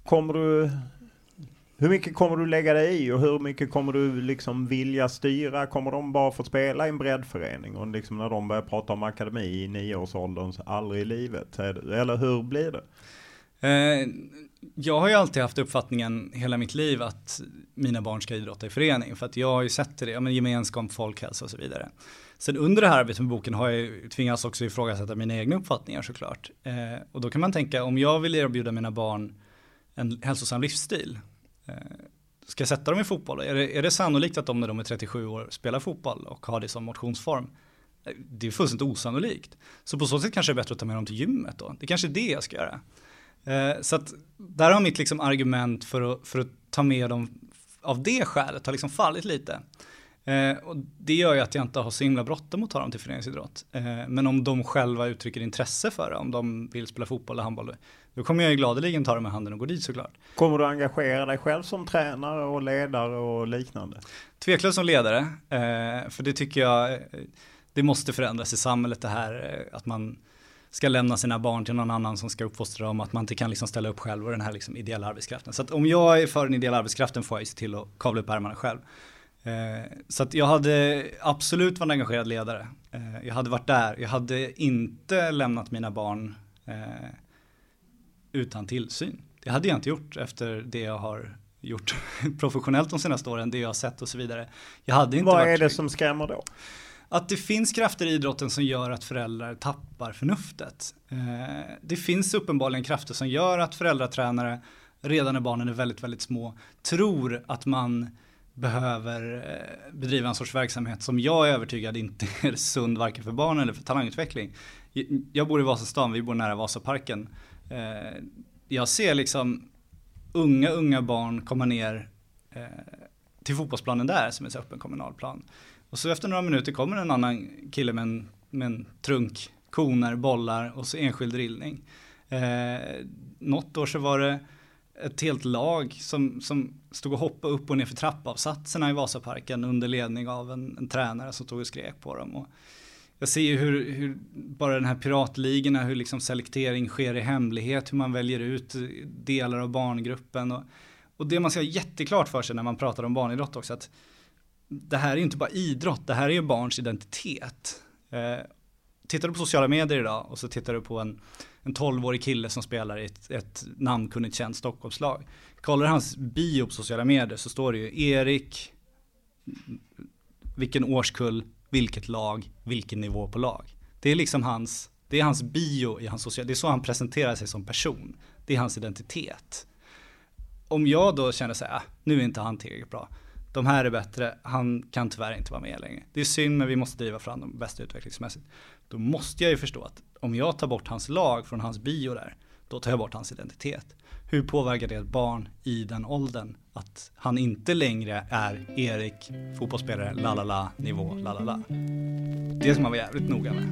mycket kommer du lägga dig i och hur mycket kommer du liksom vilja styra? Kommer de bara få spela i en breddförening? Och liksom när de börjar prata om akademi i 9-årsåldern så aldrig i livet? Eller hur blir det? Jag har ju alltid haft uppfattningen hela mitt liv att mina barn ska idrotta i förening. För att jag har ju sett det, gemenskap, folkhälsa och så vidare. Sen under det här arbetet med boken har jag tvingats också ifrågasätta mina egna uppfattningar såklart. Och då kan man tänka, om jag vill erbjuda mina barn en hälsosam livsstil, ska jag sätta dem i fotboll? Är det sannolikt att de när de är 37 år spelar fotboll och har det som motionsform? Det är fullständigt osannolikt. Så på så sätt kanske det är bättre att ta med dem till gymmet då. Det kanske är det jag ska göra. Så att där har mitt liksom argument för att ta med dem av det skälet har liksom fallit lite. Och det gör ju att jag inte har så himla bråttom att ta dem till föreningsidrott. Men om de själva uttrycker intresse för det, om de vill spela fotboll eller handboll, då kommer jag ju gladeligen ta dem med handen och gå dit såklart. Kommer du engagera dig själv som tränare och ledare och liknande? Tveklöst som ledare, för det tycker jag, det måste förändras i samhället det här att man ska lämna sina barn till någon annan som ska uppfostra dem, att man inte kan liksom ställa upp själv och den här liksom ideella arbetskraften. Så att om jag är för den ideella arbetskraften får jag se till att kavla upp ärmarna själv. Så att jag hade absolut varit en engagerad ledare. Jag hade varit där. Jag hade inte lämnat mina barn utan tillsyn. Det hade jag inte gjort efter det jag har gjort professionellt de senaste åren, det jag har sett och så vidare. Jag hade inte Vad är det som skrämmer då? Att det finns krafter i idrotten som gör att föräldrar tappar förnuftet. Det finns uppenbarligen krafter som gör att föräldratränare redan när barnen är väldigt, väldigt små tror att man behöver bedriva en sorts verksamhet som jag är övertygad inte är sund varken för barn eller för talangutveckling. Jag bor i Vasastan, vi bor nära Vasaparken. Jag ser liksom unga barn komma ner till fotbollsplanen där som är så öppen kommunalplan. Och så efter några minuter kommer en annan kille med en trunk, koner, bollar och så enskild drillning. Något år så var det ett helt lag som stod och hoppade upp och ner för trappavsatserna i Vasaparken under ledning av en tränare som stod och skrek på dem. Och jag ser ju hur bara den här piratligorna, hur liksom selektering sker i hemlighet, hur man väljer ut delar av barngruppen. Och det man ska ha jätteklart för sig när man pratar om barnidrott också, att det här är ju inte bara idrott, det här är ju barns identitet. Tittar du på sociala medier idag och så tittar du på en 12-årig kille som spelar i ett namnkunnigt känt Stockholmslag. Kollar hans bio på sociala medier så står det ju Erik, vilken årskull, vilket lag, vilken nivå på lag. Det är liksom hans bio i hans sociala, det är så han presenterar sig som person. Det är hans identitet. Om jag då känner så här, nu är inte han tillräckligt bra. De här är bättre, han kan tyvärr inte vara med längre. Det är synd, men vi måste driva fram de bästa utvecklingsmässigt. Då måste jag ju förstå att om jag tar bort hans lag från hans bio där, då tar jag bort hans identitet. Hur påverkar det ett barn i den åldern att han inte längre är Erik, fotbollsspelare, lalala, nivå, lalala. Det ska man vara jävligt noga med.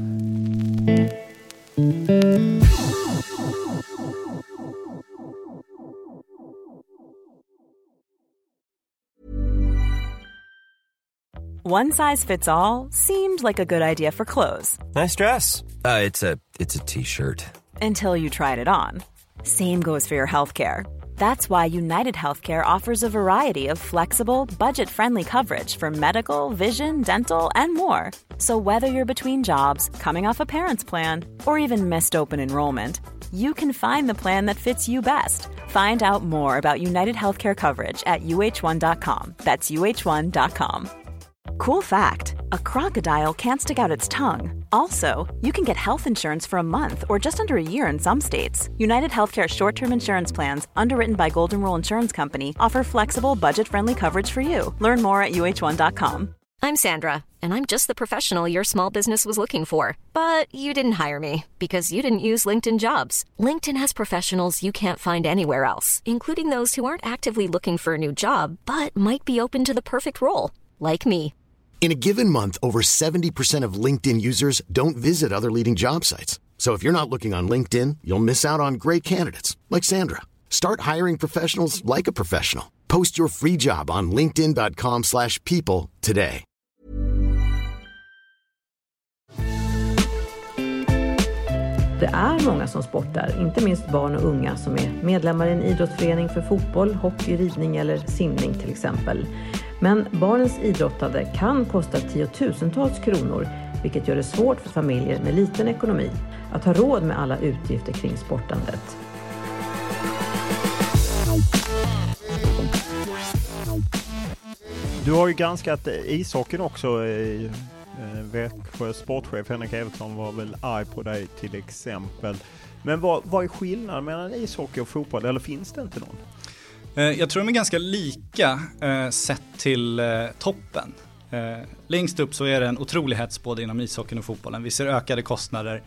One size fits all seemed like a good idea for clothes. Nice dress. It's a t-shirt. Until you tried it on. Same goes for your healthcare. That's why United Healthcare offers a variety of flexible, budget-friendly coverage for medical, vision, dental, and more. So whether you're between jobs, coming off a parent's plan, or even missed open enrollment, you can find the plan that fits you best. Find out more about United Healthcare coverage at uh1.com. That's uh1.com. Cool fact, a crocodile can't stick out its tongue. Also, you can get health insurance for a month or just under a year in some states. United Healthcare short-term insurance plans, underwritten by Golden Rule Insurance Company, offer flexible, budget-friendly coverage for you. Learn more at uh1.com. I'm Sandra, and I'm just the professional your small business was looking for. But you didn't hire me because you didn't use LinkedIn Jobs. LinkedIn has professionals you can't find anywhere else, including those who aren't actively looking for a new job, but might be open to the perfect role, like me. In a given month, over 70% of LinkedIn users don't visit other leading job sites. So if you're not looking on LinkedIn, you'll miss out on great candidates like Sandra. Start hiring professionals like a professional. Post your free job on linkedin.com/people today. Det är många som sportar, inte minst barn och unga som är medlemmar i en idrottsförening för fotboll, hockey, ridning eller simning till exempel. Men barnens idrottande kan kosta tiotusentals kronor, vilket gör det svårt för familjer med liten ekonomi att ha råd med alla utgifter kring sportandet. Du har ju granskat ishockeyn också. Växjö sportchef Henrik Evertsson var väl arg på dig till exempel. Men vad är skillnaden mellan ishockey och fotboll? Eller finns det inte någon? Jag tror de är ganska lika sett till toppen. Längst upp så är det en otrolig hets både inom ishockeyn och fotbollen. Vi ser ökade kostnader,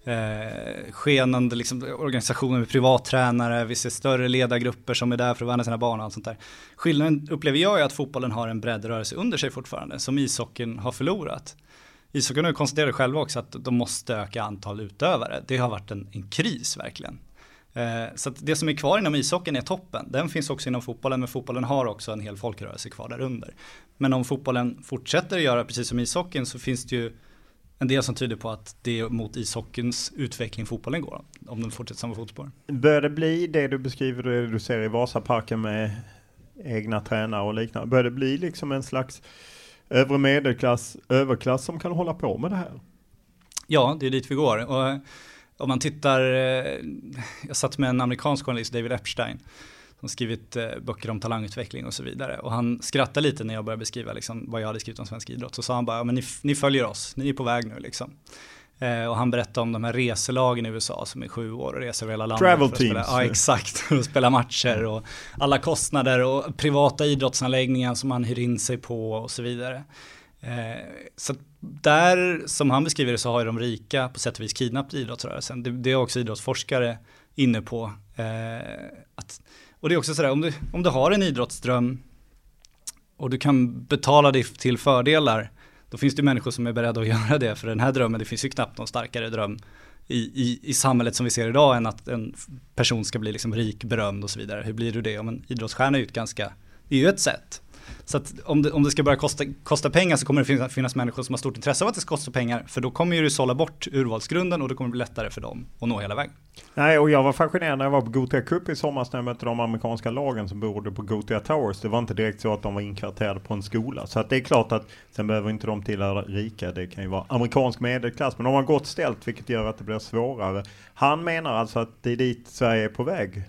skenande liksom, organisationer med privattränare, vi ser större ledargrupper som är där för att värna sina barn och allt sånt där. Skillnaden upplever jag är att fotbollen har en breddrörelse under sig fortfarande som ishockeyn har förlorat. Ishockeyn har konstaterat själva också att de måste öka antal utövare. Det har varit en kris verkligen. Så att det som är kvar inom ishockeyn är toppen. Den finns också inom fotbollen, men fotbollen har också en hel folkrörelse kvar där under. Men om fotbollen fortsätter att göra precis som ishockeyn så finns det ju en del som tyder på att det är mot ishockeyns utveckling fotbollen går om den fortsätter samma fotspår. Bör det bli det du beskriver, det du ser i Vasaparken med egna tränare och liknande? Bör det bli liksom en slags övre medelklass, överklass som kan hålla på med det här? Ja, det är dit vi går. Och om man tittar, jag satt med en amerikansk journalist, David Epstein, som skrivit böcker om talangutveckling och så vidare. Och han skrattade lite när jag började beskriva liksom, vad jag hade skrivit om svensk idrott. Så sa han bara, ja, men ni följer oss, ni är på väg nu liksom. Och han berättade om de här reselagen i USA som är 7 år och reser över hela landet. Travel för att spela, ja, exakt. För att spela matcher och alla kostnader och privata idrottsanläggningar som man hyr in sig på och så vidare. Så där, som han beskriver det, så har ju de rika på sätt och vis kidnappat idrottsrörelsen. Det är också idrottsforskare inne på. Och det är också sådär, om du har en idrottsdröm och du kan betala dig till fördelar, då finns det människor som är beredda att göra det. För den här drömmen, det finns ju knappt någon starkare dröm i samhället som vi ser idag än att en person ska bli liksom rik, berömd och så vidare. Hur blir du det? Om en idrottsstjärna är det är ju ett sätt. Så att om det ska börja kosta pengar så kommer det finnas människor som har stort intresse av att det ska kosta pengar, för då kommer ju du sålla bort urvalsgrunden och det kommer bli lättare för dem att nå hela vägen. Nej, och jag var fascinerad när jag var på Gothia Cup i somras när jag mötte de amerikanska lagen som bodde på Gothia Towers. Det var inte direkt så att de var inkvarterade på en skola. Så att det är klart att sen behöver inte de tillhöra rika. Det kan ju vara amerikansk medelklass, men de har gått ställt, vilket gör att det blir svårare. Han menar alltså att det är dit Sverige är på väg.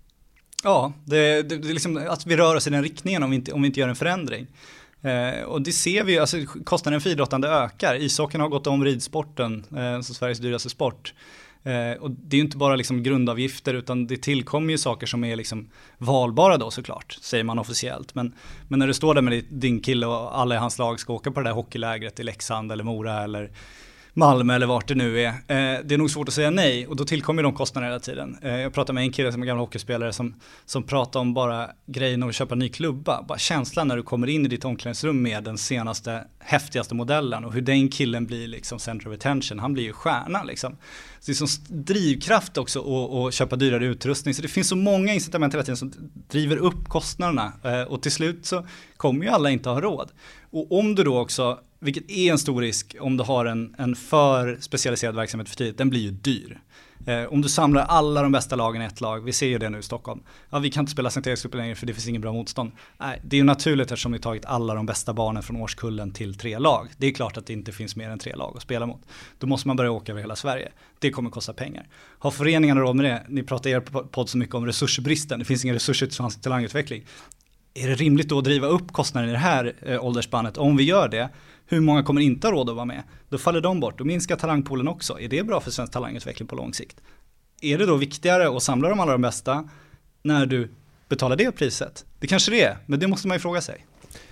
Ja, det är liksom att vi rör oss i den riktningen om vi inte gör en förändring. Och det ser vi, alltså kostnaden för idrottande ökar. Ishockeyn har gått om ridsporten som Sveriges dyraste sport. Och det är ju inte bara liksom grundavgifter, utan det tillkommer ju saker som är liksom valbara då såklart, säger man officiellt. Men när du står där med din kille och alla i hans lag ska åka på det där hockeylägret i Leksand eller Mora eller Malmö eller vart det nu är. Det är nog svårt att säga nej, och då tillkommer de kostnaderna hela tiden. Jag pratade med en kille som är gammal hockeyspelare som pratar om bara grejen att köpa en ny klubba. Bara känslan när du kommer in i ditt omklädningsrum med den senaste, häftigaste modellen och hur den killen blir liksom center of attention. Han blir ju stjärna liksom. Så det är som drivkraft också att köpa dyrare utrustning. Så det finns så många incitament hela tiden som driver upp kostnaderna. Och till slut så kommer ju alla inte ha råd. Och om du då också, vilket är en stor risk om du har en för specialiserad verksamhet för tidigt, den blir ju dyr. Om du samlar alla de bästa lagen i ett lag, vi ser ju det nu i Stockholm. Ja, vi kan inte spela Sankt Erikscupen längre för det finns ingen bra motstånd. Nej, det är ju naturligt eftersom vi tagit alla de bästa barnen från årskullen till 3 lag. Det är klart att det inte finns mer än 3 lag att spela mot. Då måste man börja åka över hela Sverige. Det kommer kosta pengar. Har föreningarna råd med det? Ni pratar i er podd så mycket om resursbristen. Det finns inga resurser till talangutveckling. Är det rimligt då att driva upp kostnaden i det här åldersspannet? Om vi gör det, hur många kommer inte ha råd att vara med? Då faller de bort. Då minskar talangpoolen också. Är det bra för svensk talangutveckling på lång sikt? Är det då viktigare att samla de allra bästa när du betalar det priset? Det kanske det är, men det måste man ju fråga sig.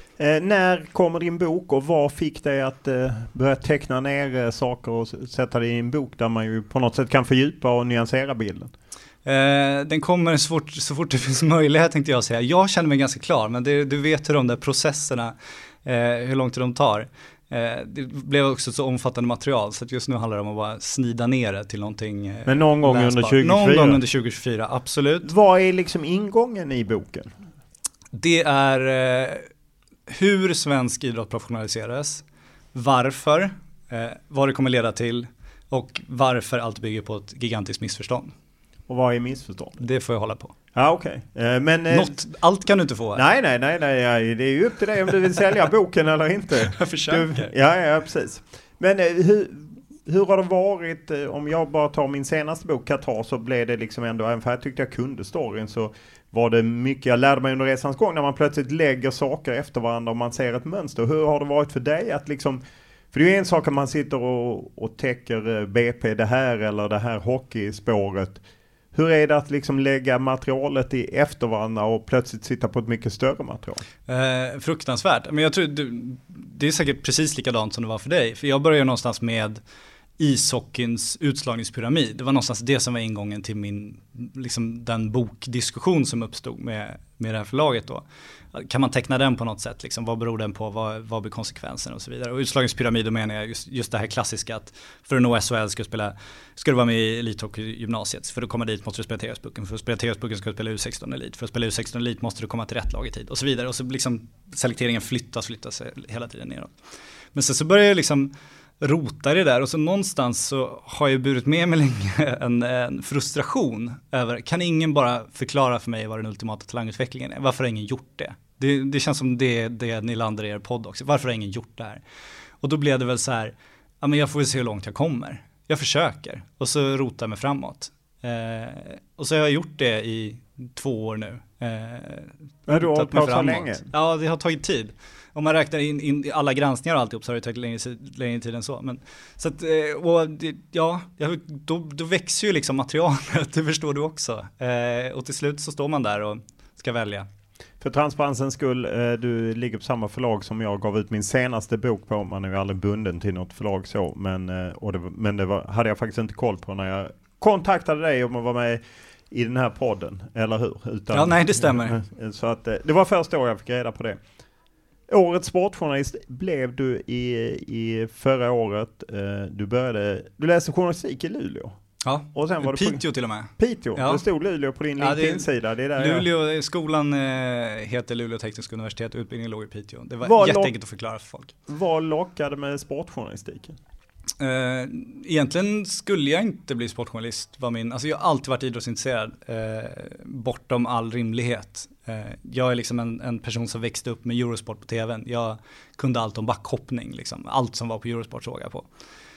När kommer din bok och vad fick dig att börja teckna ner saker och sätta det i en bok där man ju på något sätt kan fördjupa och nyansera bilden? Den kommer så fort det finns möjlighet, tänkte jag säga. Jag känner mig ganska klar, men du vet hur de där processerna, hur långt de tar. Det blev också så omfattande material så att just nu handlar det om att bara snida ner det till någonting. Men någon gång under 2024? Någon gång under 2024, absolut. Vad är liksom ingången i boken? Det är hur svensk idrott professionaliseras, varför, vad det kommer leda till och varför allt bygger på ett gigantiskt missförstånd. Och vad är missförstånd? Det får jag hålla på. Ja, okej. Men allt kan du inte få här. Nej. Det är ju upp till dig om du vill sälja boken eller inte. Jag försöker. Ja, precis. Men hur har det varit, om jag bara tar min senaste bok Qatar, så blev det liksom ändå, även för jag tyckte jag kunde storyn, så var det mycket jag lärde mig under resans gång när man plötsligt lägger saker efter varandra och man ser ett mönster. Hur har det varit för dig att liksom, för det är ju en sak att man sitter och täcker BP det här eller det här hockeyspåret. Hur är det att liksom lägga materialet i efter varandra och plötsligt sitta på ett mycket större material? Fruktansvärt. Men jag tror det är säkert precis likadant som det var för dig. För jag började någonstans med ishockeyns utslagningspyramid. Det var någonstans det som var ingången till min, liksom den bokdiskussion som uppstod med det här förlaget då. Kan man teckna den på något sätt? Liksom, vad beror den på? Vad blir konsekvenserna och så vidare? Och utslagningspyramid, då menar jag just det här klassiska att för att nå SHL ska du vara med i elithockey-gymnasiet. För att komma dit måste du spela TS-pucken. För att spela TS-pucken ska du spela U16 elit. För att spela U16 elit måste du komma till rätt lag i tid och så vidare. Och så liksom selekteringen flyttas hela tiden neråt. Men sen så börjar jag liksom rota i det där, och så någonstans så har jag burit med mig länge en frustration över, kan ingen bara förklara för mig vad den ultimata talangutvecklingen är? Varför har ingen gjort det? Det känns som det ni landar i er podd också. Varför har ingen gjort det här? Och då blev det väl så här, ja men jag får väl se hur långt jag kommer. Jag försöker, och så rotar jag mig framåt. Och så har jag gjort det i 2 år nu. Men du har pratat så länge? Ja, det har tagit tid. Om man räknar in alla granskningar och alltihop så har det tagit längre tid än så. Men, så att, då växer ju liksom materialet, det förstår du också. Och till slut så står man där och ska välja. För transparensens skull, du ligger på samma förlag som jag gav ut min senaste bok på. Man är ju aldrig bunden till något förlag så. Men det hade jag faktiskt inte koll på när jag kontaktade dig om att vara med i den här podden, eller hur? Ja, nej, det stämmer. Så att, det var första året jag fick reda på det. Årets sportjournalist blev du i förra året. Du läste journalistik i Luleå. Ja, och sen var det Piteå till och med. Piteå, ja. Det stod Luleå på din LinkedIn-sida. Luleå, skolan heter Luleå tekniska universitet, utbildningen låg i Piteå. Det var jätteenkelt att förklara för folk. Vad lockade med sportjournalistiken? Egentligen skulle jag inte bli sportjournalist. Alltså jag har alltid varit idrottsintresserad, bortom all rimlighet. Jag är liksom en person som växte upp med Eurosport på tvn. Jag kunde allt om backhoppning, liksom. Allt som var på Eurosport såg jag på.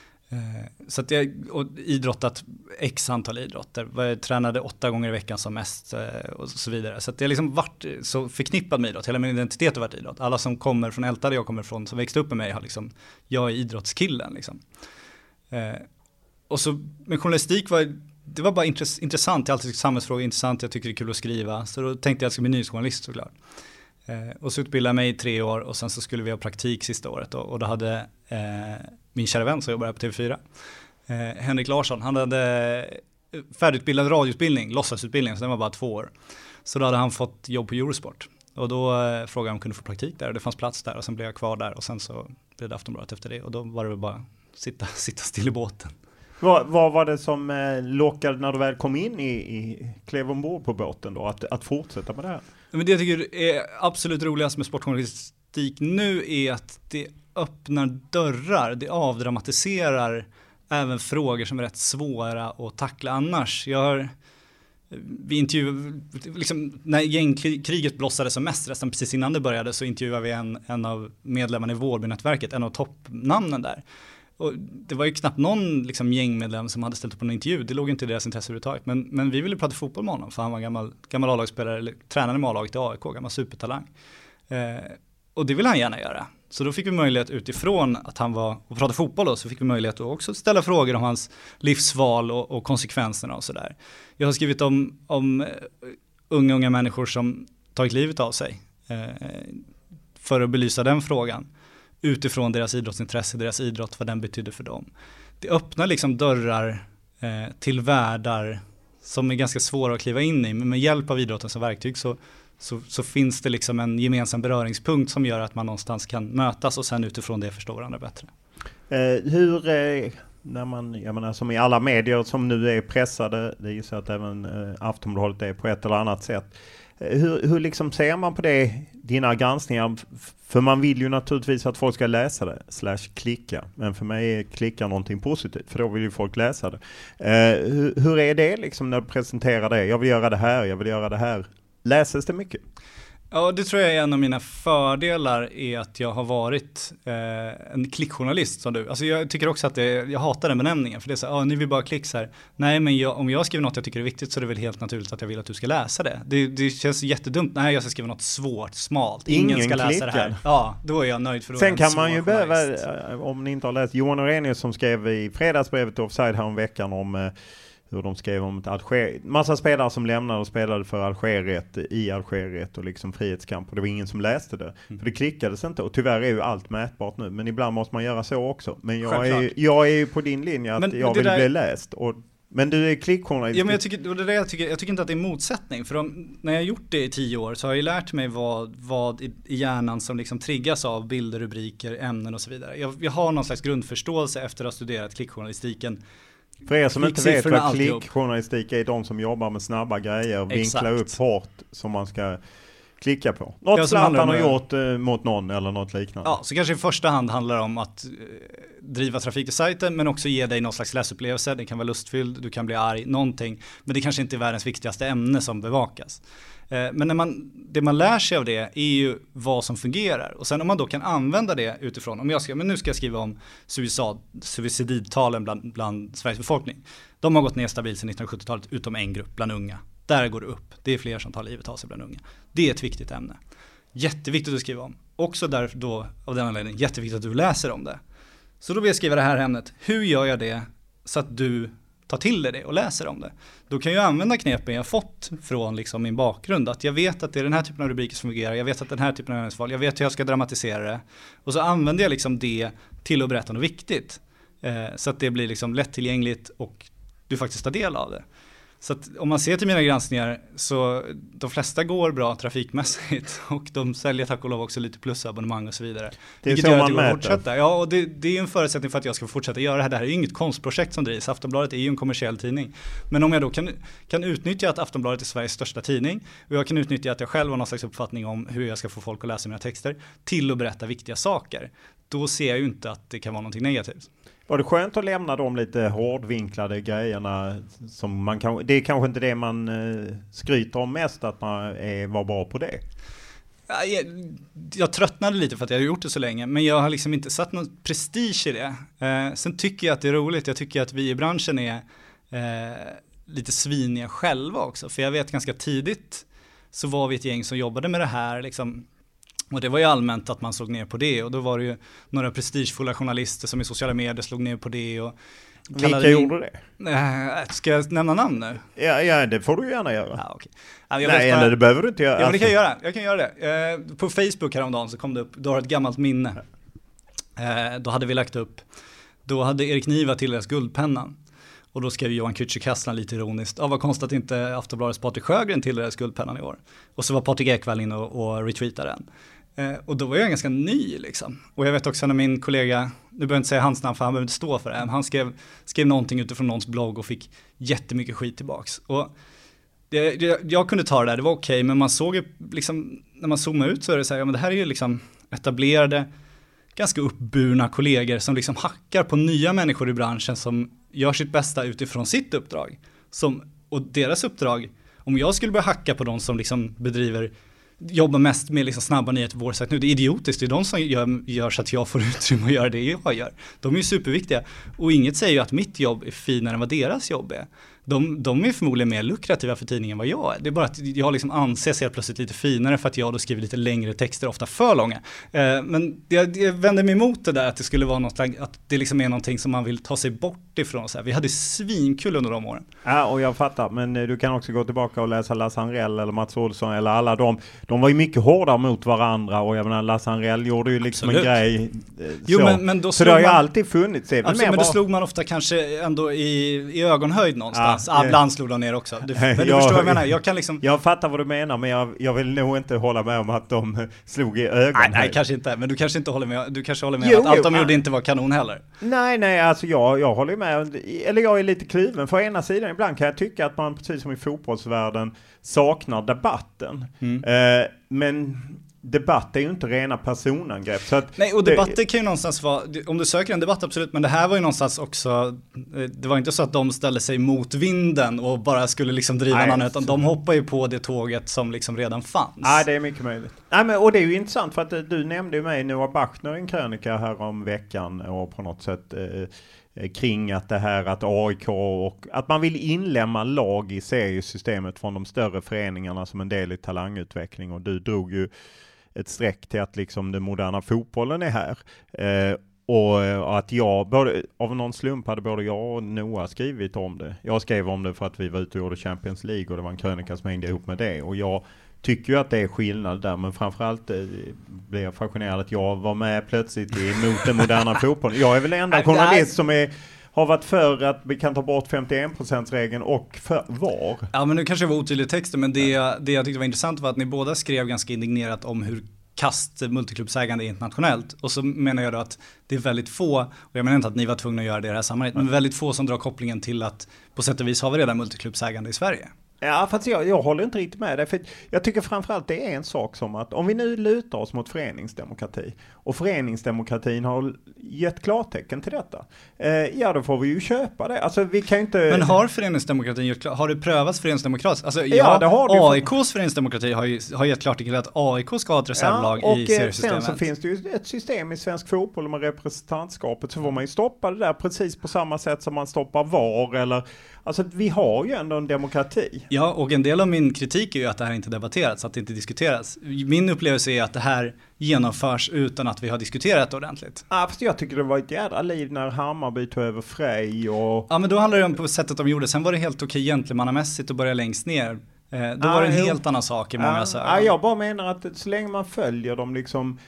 Så att jag idrottat x antal idrotter. Jag tränade 8 gånger i veckan som mest och så vidare. Så att jag liksom varit så förknippad med idrott. Hela min identitet har varit idrott. Alla som kommer från Älta där jag kommer från, som växte upp med mig, har liksom, jag är idrottskillen liksom. Och så med journalistik det var bara intressant. Jag har alltid tyckt samhällsfrågor intressant. Jag tycker det är kul att skriva. Så då tänkte jag att jag skulle bli nyhetsjournalist såklart. Och så utbildade jag mig i 3 år och sen så skulle vi ha praktik sista året. Och då hade min kära vän som jobbade på TV4, Henrik Larsson, han hade färdigutbildad radioutbildning, låtsasutbildning, så den var bara 2 år. Så då hade han fått jobb på Eurosport. Och då frågade jag om han kunde få praktik där, och det fanns plats där, och sen blev jag kvar där, och sen så blev det Aftonbladet efter det, och då var det väl bara sitta still i båten. Vad var det som lockade när du väl kom in klev ombord på båten då, att fortsätta med det här? Men det jag tycker är absolut roligast med sportjournalistik nu är att det öppnar dörrar, det avdramatiserar även frågor som är rätt svåra att tackla annars. Liksom, när gängkriget blossade som mest, resten precis innan det började, så intervjuade vi en av medlemmarna i Vårbynätverket, en av toppnamnen där. Och det var ju knappt någon liksom gängmedlem som hade ställt upp på en intervju. Det låg inte i deras intresse överhuvudtaget. Men vi ville prata fotboll med honom, för han var gammal A-lagsspelare, eller tränade med A-laget i AIK, gammal supertalang. Och det ville han gärna göra. Så då fick vi möjlighet utifrån att han var och pratade fotboll då, så fick vi möjlighet att också ställa frågor om hans livsval och konsekvenserna och sådär. Jag har skrivit om unga människor som tagit livet av sig för att belysa den frågan utifrån deras idrottsintresse, deras idrott, vad den betydde för dem. Det öppnar liksom dörrar till världar som är ganska svåra att kliva in i, men med hjälp av idrotten som verktyg så finns det liksom en gemensam beröringspunkt som gör att man någonstans kan mötas och sen utifrån det förstå varandra bättre. När man, jag menar, som i alla medier som nu är pressade, det är ju så att även Aftonbladet är på ett eller annat sätt. Hur liksom ser man på det, dina granskningar? För man vill ju naturligtvis att folk ska läsa det /klicka. Men för mig är klicka någonting positivt, för då vill ju folk läsa det. Hur är det liksom när du presenterar det? Jag vill göra det här, jag vill göra det här. Läses det mycket? Ja, det tror jag är en av mina fördelar är att jag har varit en klickjournalist som du. Alltså jag tycker också att jag hatar den benämningen för det är så ni vill bara klicks här. Nej, men om jag skriver något jag tycker är viktigt så är det väl helt naturligt att jag vill att du ska läsa det. Det känns jättedumt. Nej, jag ska skriva något svårt, smalt. Ingen ska läsa det här. Ja, då är jag nöjd för då. Sen kan man ju behöva, om ni inte har läst Johan Orenius som skrev i fredagsbrevet till Offside här om veckan om hur de skrev om massa spelare som lämnade och spelade för Algeriet i Algeriet och liksom frihetskamp och det var ingen som läste det. För det klickades inte och tyvärr är ju allt mätbart nu. Men ibland måste man göra så också. Men jag är ju på din linje att jag vill bli läst. Men du är klickjournalist. Ja, men jag tycker inte att det är motsättning. För när jag har gjort det i 10 år så har jag lärt mig vad i hjärnan som liksom triggas av bilder, rubriker, ämnen och så vidare. Jag har någon slags grundförståelse efter att ha studerat klickjournalistiken. För er som inte vet vad klickjournalistik är, de som jobbar med snabba grejer och vinklar upp hårt som man ska klicka på. Något Zlatan har gjort mot någon eller något liknande. Ja, så kanske i första hand handlar om att driva trafik till sajten men också ge dig någon slags läsupplevelse. Det kan vara lustfylld, du kan bli arg, någonting. Men det kanske inte är världens viktigaste ämne som bevakas. Men det man lär sig av det är ju vad som fungerar. Och sen om man då kan använda det utifrån. Nu ska jag skriva om suicidtalen bland Sveriges befolkning. De har gått ner stabilt sedan 1970-talet utom en grupp bland unga. Där går det upp. Det är fler som tar livet av sig bland unga. Det är ett viktigt ämne. Jätteviktigt att skriva om. Också där då, av den anledningen, jätteviktigt att du läser om det. Så då vill jag skriva det här ämnet. Hur gör jag det så att du tar till dig det och läser om det? Då kan jag använda knepen jag fått från liksom min bakgrund. Att jag vet att det är den här typen av rubriker som fungerar. Jag vet att den här typen av ämnesval. Jag vet hur jag ska dramatisera det. Och så använder jag liksom det till att berätta något viktigt. Så att det blir liksom lättillgängligt och du faktiskt tar del av det. Så att om man ser till mina granskningar så de flesta går bra trafikmässigt och de säljer tack och lov också lite plusabonnemang och så vidare. Det är så man mäter. Ja, och det är en förutsättning för att jag ska fortsätta göra det här. Det här är ju inget konstprojekt som drivs. Aftonbladet är ju en kommersiell tidning. Men om jag då kan utnyttja att Aftonbladet är Sveriges största tidning och jag kan utnyttja att jag själv har någon slags uppfattning om hur jag ska få folk att läsa mina texter till att berätta viktiga saker. Då ser jag ju inte att det kan vara någonting negativt. Var det skönt att lämna de lite hårdvinklade grejerna som man kan, det är kanske inte det man skryter om mest att man var bra på det? Jag tröttnade lite för att jag har gjort det så länge, men jag har liksom inte satt någon prestige i det. Sen tycker jag att det är roligt. Jag tycker att vi i branschen är lite sviniga själva också. För jag vet ganska tidigt så var vi ett gäng som jobbade med det här liksom. Och det var ju allmänt att man slog ner på det. Och då var det ju några prestigefulla journalister som i sociala medier slog ner på det. Och vilka gjorde det? Ska jag nämna namn nu? Ja, det får du gärna göra. Ja, okay. Nej, eller det behöver du inte göra. Ja, men det kan jag kan göra det. På Facebook häromdagen så kom det upp, då har ett gammalt minne. Då hade vi lagt upp, då hade Erik Niva tilldelas Guldpennan. Och då skrev Johan Kücükaslan lite ironiskt. Vad konstigt att inte Aftonbladets Patrik Sjögren tilldelades Guldpennan i år. Och så var Patrik Ekwall in och retweetade den. Och då var jag ganska ny liksom. Och jag vet också när min kollega, nu behöver jag inte säga hans namn för han behöver inte stå för det. Han skrev någonting utifrån någons blogg och fick jättemycket skit tillbaks. Och jag kunde ta det där, det var okej. Men man såg ju liksom, när man zoomade ut så är det så här, ja men det här är ju liksom etablerade, ganska uppburna kollegor som liksom hackar på nya människor i branschen som gör sitt bästa utifrån sitt uppdrag. Och deras uppdrag, om jag skulle börja hacka på de som liksom jobbar mest med liksom snabba nyheter på vår sajt nu, det är idiotiskt. Det är de som gör så att jag får utrymme att göra det jag gör. De är ju superviktiga. Och inget säger ju att mitt jobb är finare än vad deras jobb är. De är förmodligen mer lukrativa för tidningen än vad jag är. Det är bara att jag liksom anses helt plötsligt lite finare för att jag då skriver lite längre texter, ofta för långa. Men jag vänder mig emot det där att det skulle vara något, att det liksom är någonting som man vill ta sig bort ifrån. Så här. Vi hade svinkul under de åren. Ja, och jag fattar. Men du kan också gå tillbaka och läsa Lasse Anrell eller Mats Olsson eller alla de. De var ju mycket hårdare mot varandra och jag menar Lasse Anrell gjorde ju liksom en grej. Men då så det har ju alltid funnits. Men då slog man ofta kanske ändå i ögonhöjd någonstans. Ibland slog de ner också. Men du förstår vad jag menar. Jag kan liksom... Jag fattar vad du menar, men jag vill nog inte hålla med om att de slog i ögonen. Nej, kanske inte. Men du kanske inte håller med. Du kanske håller med att allt de gjorde inte var kanon heller. Nej, alltså jag håller med. Eller jag är lite kluven. För ena sidan ibland kan jag tycka att man precis som i fotbollsvärlden saknar debatten. Men debatt är ju inte rena personangrepp. Så att nej, och debatter kan ju någonstans vara, om du söker en debatt absolut, men det här var ju någonstans också, det var inte så att de ställde sig mot vinden och bara skulle liksom driva någon, utan de hoppar ju på det tåget som liksom redan fanns. Nej, det är mycket möjligt. Nej, men, och det är ju intressant för att du nämnde ju mig Noah Bachner i en krönika här om veckan och på något sätt kring att det här att AIK och att man vill inlämna lag i seriesystemet från de större föreningarna som en del i talangutveckling, och du drog ju ett streck till att liksom den moderna fotbollen är här. Och att jag, av någon slump hade både jag och Noah skrivit om det. Jag skrev om det för att vi var ute och gjorde Champions League och det var en krönika som hängde ihop med det. Och jag tycker ju att det är skillnad där, men framförallt blev jag fascinerad att jag var med plötsligt emot den moderna fotbollen. Jag är väl enda journalist som har varit för att vi kan ta bort 51%-regeln och för VAR. Ja, men nu kanske det var otydlig texten, men det jag tyckte var intressant var att ni båda skrev ganska indignerat om hur kast multiklubbsägande är internationellt. Och så menar jag då att det är väldigt få, och jag menar inte att ni var tvungna att göra det här sammanhanget, men väldigt få som drar kopplingen till att på sätt och vis har vi redan multiklubbsägande i Sverige. Ja, fast jag håller inte riktigt med det. För jag tycker framförallt det är en sak som att om vi nu lutar oss mot föreningsdemokrati och föreningsdemokratin har gett klartecken till detta, ja då får vi ju köpa det. Alltså vi kan inte... Men har föreningsdemokratin har det prövats föreningsdemokrati? Alltså ja, det har det. AIKs föreningsdemokrati har gett klartecken till att AIK ska ha ett reservlag i seriesystemet. Och sen så finns det ju ett system i svensk fotboll med representantskapet, så får man ju stoppa det där precis på samma sätt som man stoppar VAR eller... Alltså vi har ju ändå en demokrati. Ja, och en del av min kritik är ju att det här inte debatterats, att det inte diskuteras. Min upplevelse är att det här genomförs utan att vi har diskuterat ordentligt. Ja, fast jag tycker det var ett jädra liv när Hammarby tog över Frej och... Ja, men då handlar det om på sättet de gjorde. Sen var det helt okej gentlemannamässigt att börja längst ner. Då var det en helt annan sak i många ögon. Ja, jag bara menar att så länge man följer dem liksom...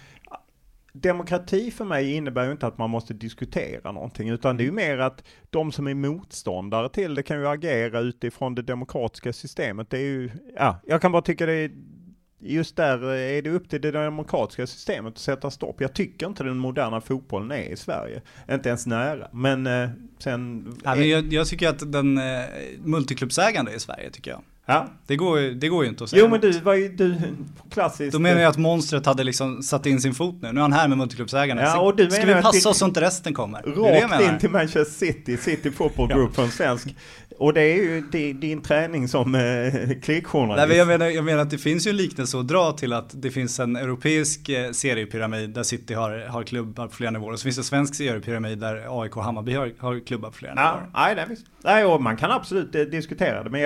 Demokrati för mig innebär ju inte att man måste diskutera någonting, utan det är ju mer att de som är motståndare till det kan ju agera utifrån det demokratiska systemet. Det är ju, jag kan bara tycka det är, just där är det upp till det demokratiska systemet att sätta stopp. Jag tycker inte den moderna fotbollen är i Sverige. Inte ens nära. Men sen... Ja, men jag tycker att den multiklubbsägande är i Sverige, tycker jag. Ja. Det går ju inte att säga. Jo, men du var ju klassiskt. Då menar jag att monstret hade liksom satt in sin fot nu. Nu är han här med multiklubbsägarna. Ja, och du ska vi passa oss så inte resten kommer? Rakt in till Manchester City Football Group från svensk. Och det är ju din träning som klickjournalist. Nej, jag menar att det finns ju en liknelse att dra till att det finns en europeisk seriepyramid där City har klubbar på flera nivåer. Och så finns det en svensk seriepyramid där AIK och Hammarby har klubbar på flera nivåer. Nej, det är visst. Nej, och man kan absolut diskutera det. Men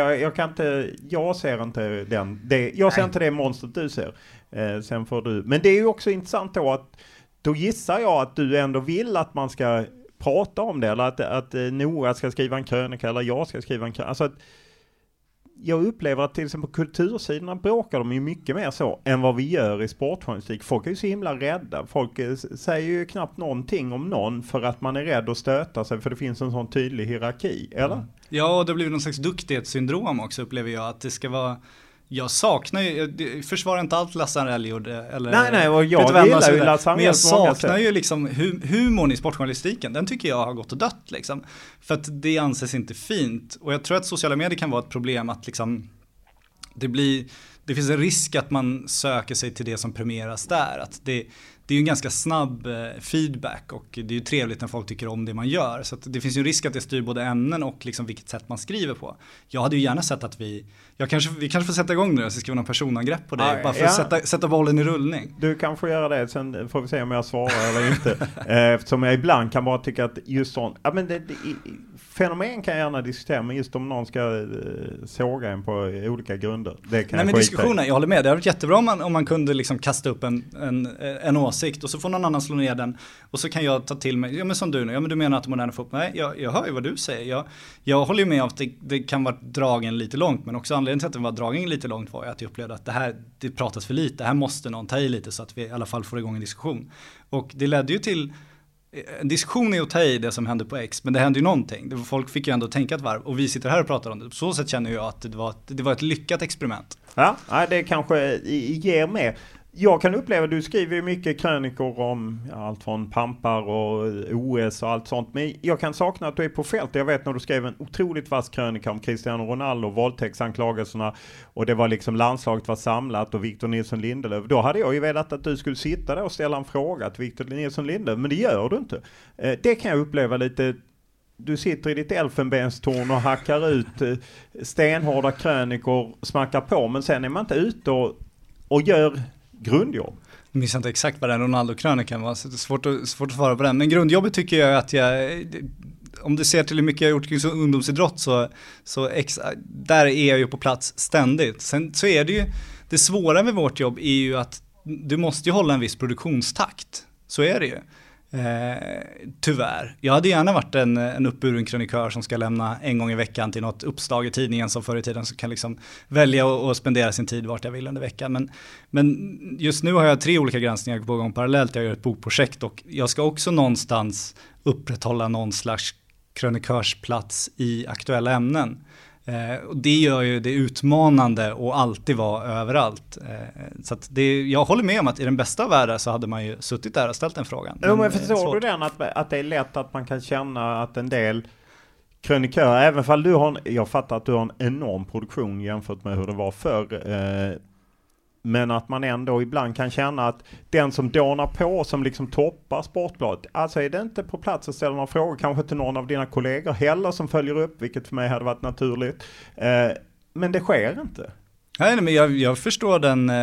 jag ser inte jag ser inte det monstret du ser. Sen får du. Men det är ju också intressant då att då gissar jag att du ändå vill att man ska prata om det, eller att Noah ska skriva en krönika eller jag ska skriva en krönika. Alltså att jag upplever att till exempel på kultursidorna bråkar de ju mycket mer så än vad vi gör i sportjournalistik. Folk är ju så himla rädda. Folk säger ju knappt någonting om någon för att man är rädd att stöta sig, för det finns en sån tydlig hierarki, eller? Ja, och det blir någon slags duktighetssyndrom också, upplever jag, att det ska vara... Jag saknar ju, jag försvarar inte allt Lasse Anrell gjorde, eller... Nej, och jag gillar ju Lasse Anrell. Men jag saknar ju liksom humorn i sportjournalistiken, den tycker jag har gått och dött liksom. För att det anses inte fint. Och jag tror att sociala medier kan vara ett problem, att liksom det finns en risk att man söker sig till det som premieras där. Att det är ju en ganska snabb feedback, och det är ju trevligt när folk tycker om det man gör. Så att det finns ju en risk att det styr både ämnen och liksom vilket sätt man skriver på. Jag hade ju gärna sett att vi kanske får sätta igång nu och skriva någon personangrepp på dig. Bara för att sätta bollen i rullning. Du kan få göra det, sen får vi se om jag svarar eller inte. Eftersom jag ibland kan bara tycka att just sånt... Ja, men fenomen kan jag gärna diskutera, men just om någon ska såga en på olika grunder. Det kan diskussioner, jag håller med. Det hade varit jättebra om man kunde liksom kasta upp en åsikt och så får någon annan slå ner den, och så kan jag ta till mig, ja men som du nu, ja men du menar att moderna fotboll, nej jag hör ju vad du säger, jag håller ju med om att det kan vara dragen lite långt, men också anledningen till att det var dragen lite långt var att jag upplevde att det pratas för lite, här måste någon ta i lite så att vi i alla fall får igång en diskussion, och det ledde ju till en diskussion är att ta i det som hände på X, men det hände ju någonting. Folk fick ju ändå tänka ett varv, och vi sitter här och pratar om det. På så sätt känner jag att det var ett lyckat experiment. Ja, det kanske ger mer. Jag kan uppleva, du skriver ju mycket krönikor om allt från pampar och OS och allt sånt. Men jag kan sakna att du är på fält. Jag vet när du skrev en otroligt vass krönika om Cristiano Ronaldo, våldtäktsanklagelserna. Och det var liksom landslaget var samlat och Victor Nilsson Lindelöf. Då hade jag ju velat att du skulle sitta där och ställa en fråga till Victor Nilsson Lindelöf. Men det gör du inte. Det kan jag uppleva lite. Du sitter i ditt elfenbenstorn och hackar ut stenhårda krönikor, smackar på. Men sen är man inte ute och gör grundjobb. Jag minns inte exakt vad den Ronaldo-krönikan var, så det är svårt att svara på den. Men grundjobbet tycker jag att om du ser till hur mycket jag har gjort kring ungdomsidrott där är jag ju på plats ständigt. Sen så är det ju, det svåra med vårt jobb är ju att du måste ju hålla en viss produktionstakt. Så är det ju. Tyvärr. Jag hade gärna varit en uppburen krönikör som ska lämna en gång i veckan till något uppslag i tidningen som förr i tiden, så kan liksom välja och spendera sin tid vart jag vill under veckan. Men just nu har jag 3 olika granskningar på gång parallellt. Jag gör ett bokprojekt och jag ska också någonstans upprätthålla någon slags krönikörsplats i aktuella ämnen. Och det gör ju det utmanande och alltid vara överallt. Så att jag håller med om att i den bästa av världen så hade man ju suttit där och ställt den frågan. Men förstår du den att det är lätt att man kan känna att en del krönikörer, även fall jag fattar att du har en enorm produktion jämfört med hur det var förr, men att man ändå ibland kan känna att den som dånar på, som liksom toppar Sportbladet, alltså är det inte på plats att ställa några frågor, kanske till någon av dina kollegor heller som följer upp, vilket för mig hade varit naturligt. Men det sker inte. Nej, men jag förstår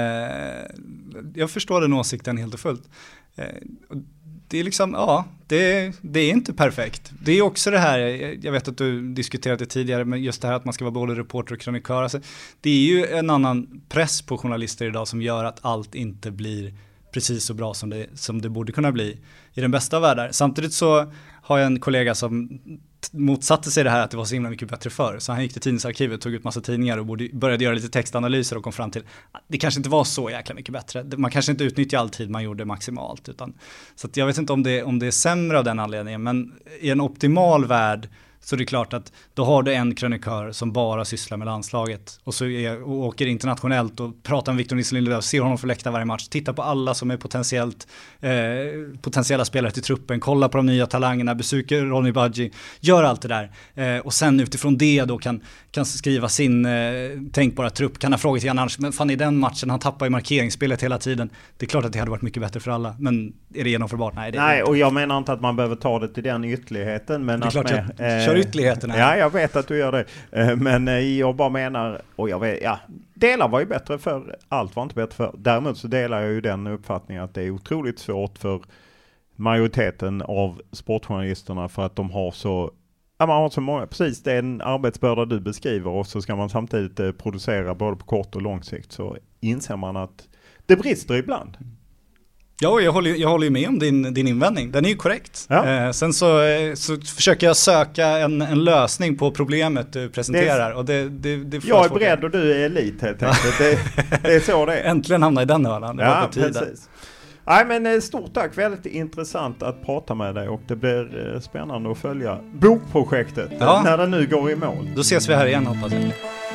den åsikten helt och fullt. Det är liksom, ja, det är inte perfekt. Det är också det här, jag vet att du diskuterat det tidigare, men just det här att man ska vara både reporter och krönikör. Alltså, det är ju en annan press på journalister idag som gör att allt inte blir precis så bra som det borde kunna bli i den bästa av världar. Samtidigt så har jag en kollega som motsatte sig det här att det var så himla mycket bättre förr. Så han gick till tidningsarkivet, tog ut massa tidningar och började göra lite textanalyser och kom fram till att det kanske inte var så jäkla mycket bättre. Man kanske inte utnyttjar all tid man gjorde maximalt. Så att jag vet inte om det är sämre av den anledningen, men i en optimal värld så det är klart att då har du en krönikör som bara sysslar med landslaget och åker internationellt och pratar med Victor Nilsson Lindelöf, ser honom förläkta varje match, tittar på alla som är potentiella spelare till truppen, kolla på de nya talangerna, besöker Ronny Budgie, gör allt det där. Och sen utifrån det då kan skriva sin tänkbara trupp, kan ha frågat till Jan Anders, men fan i den matchen, han tappar i markeringsspelet hela tiden. Det är klart att det hade varit mycket bättre för alla, men är det genomförbart? Nej, och jag menar inte att man behöver ta det till den ytterligheten, men det är att klart kör ytterligheterna. Ja, jag vet att du gör det. Men jag bara menar, och jag vet, delar var ju bättre för, allt var inte bättre för. Däremot så delar jag ju den uppfattningen att det är otroligt svårt för majoriteten av sportjournalisterna, för att de har så, man har så många, precis det är en arbetsbörda du beskriver, och så ska man samtidigt producera både på kort och lång sikt, så inser man att det brister ibland. Ja, jag håller ju med om din invändning. Den är ju korrekt. Ja. Sen så försöker jag söka en lösning på problemet du presenterar. Och det jag är beredd och du är elit helt enkelt. Det är så det är. Äntligen hamna i den hörnan. Det var på tiden. Precis. Nej, men stort tack. Väldigt intressant att prata med dig, och det blir spännande att följa bokprojektet när det nu går i mål. Då ses vi här igen, hoppas jag.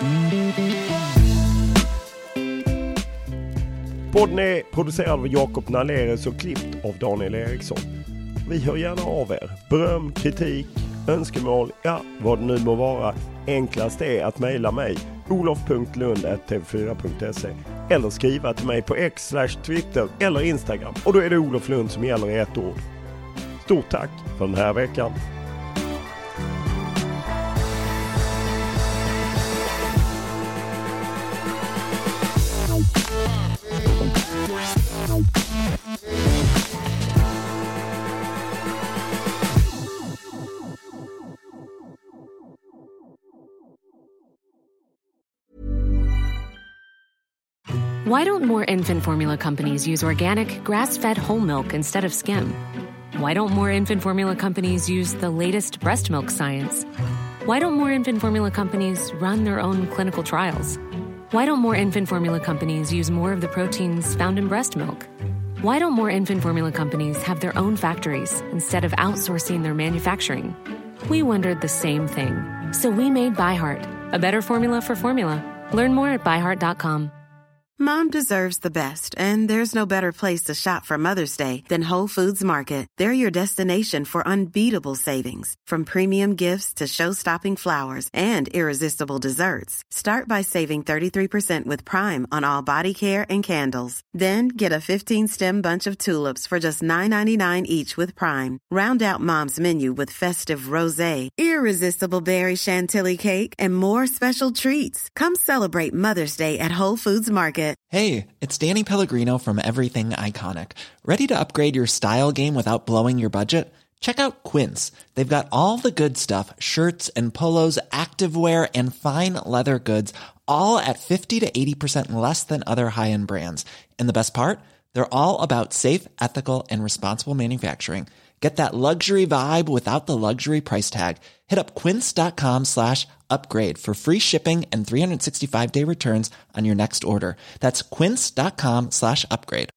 Podden är producerad av Jakob Nalerius och klippt av Daniel Eriksson. Vi hör gärna av er. Beröm, kritik, önskemål, vad det nu må vara. Enklast är att mejla mig olof.lund@tv4.se eller skriva till mig på X/Twitter eller Instagram. Och då är det Olof Lund som gäller i ett ord. Stort tack för den här veckan. Why don't more infant formula companies use organic, grass-fed whole milk instead of skim? Why don't more infant formula companies use the latest breast milk science? Why don't more infant formula companies run their own clinical trials? Why don't more infant formula companies use more of the proteins found in breast milk? Why don't more infant formula companies have their own factories instead of outsourcing their manufacturing? We wondered the same thing. So we made ByHeart, a better formula for formula. Learn more at byheart.com. Mom deserves the best, and there's no better place to shop for Mother's Day than Whole Foods Market. They're your destination for unbeatable savings, from premium gifts to show-stopping flowers and irresistible desserts. Start by saving 33% with Prime on all body care and candles. Then get a 15-stem bunch of tulips for just $9.99 each with Prime. Round out Mom's menu with festive rosé, irresistible berry chantilly cake, and more special treats. Come celebrate Mother's Day at Whole Foods Market. Hey, it's Danny Pellegrino from Everything Iconic. Ready to upgrade your style game without blowing your budget? Check out Quince. They've got all the good stuff, shirts and polos, activewear, and fine leather goods, all at 50 to 80% less than other high-end brands. And the best part? They're all about safe, ethical, and responsible manufacturing. Get that luxury vibe without the luxury price tag. Hit up quince.com/upgrade for free shipping and 365-day returns on your next order. That's quince.com/upgrade.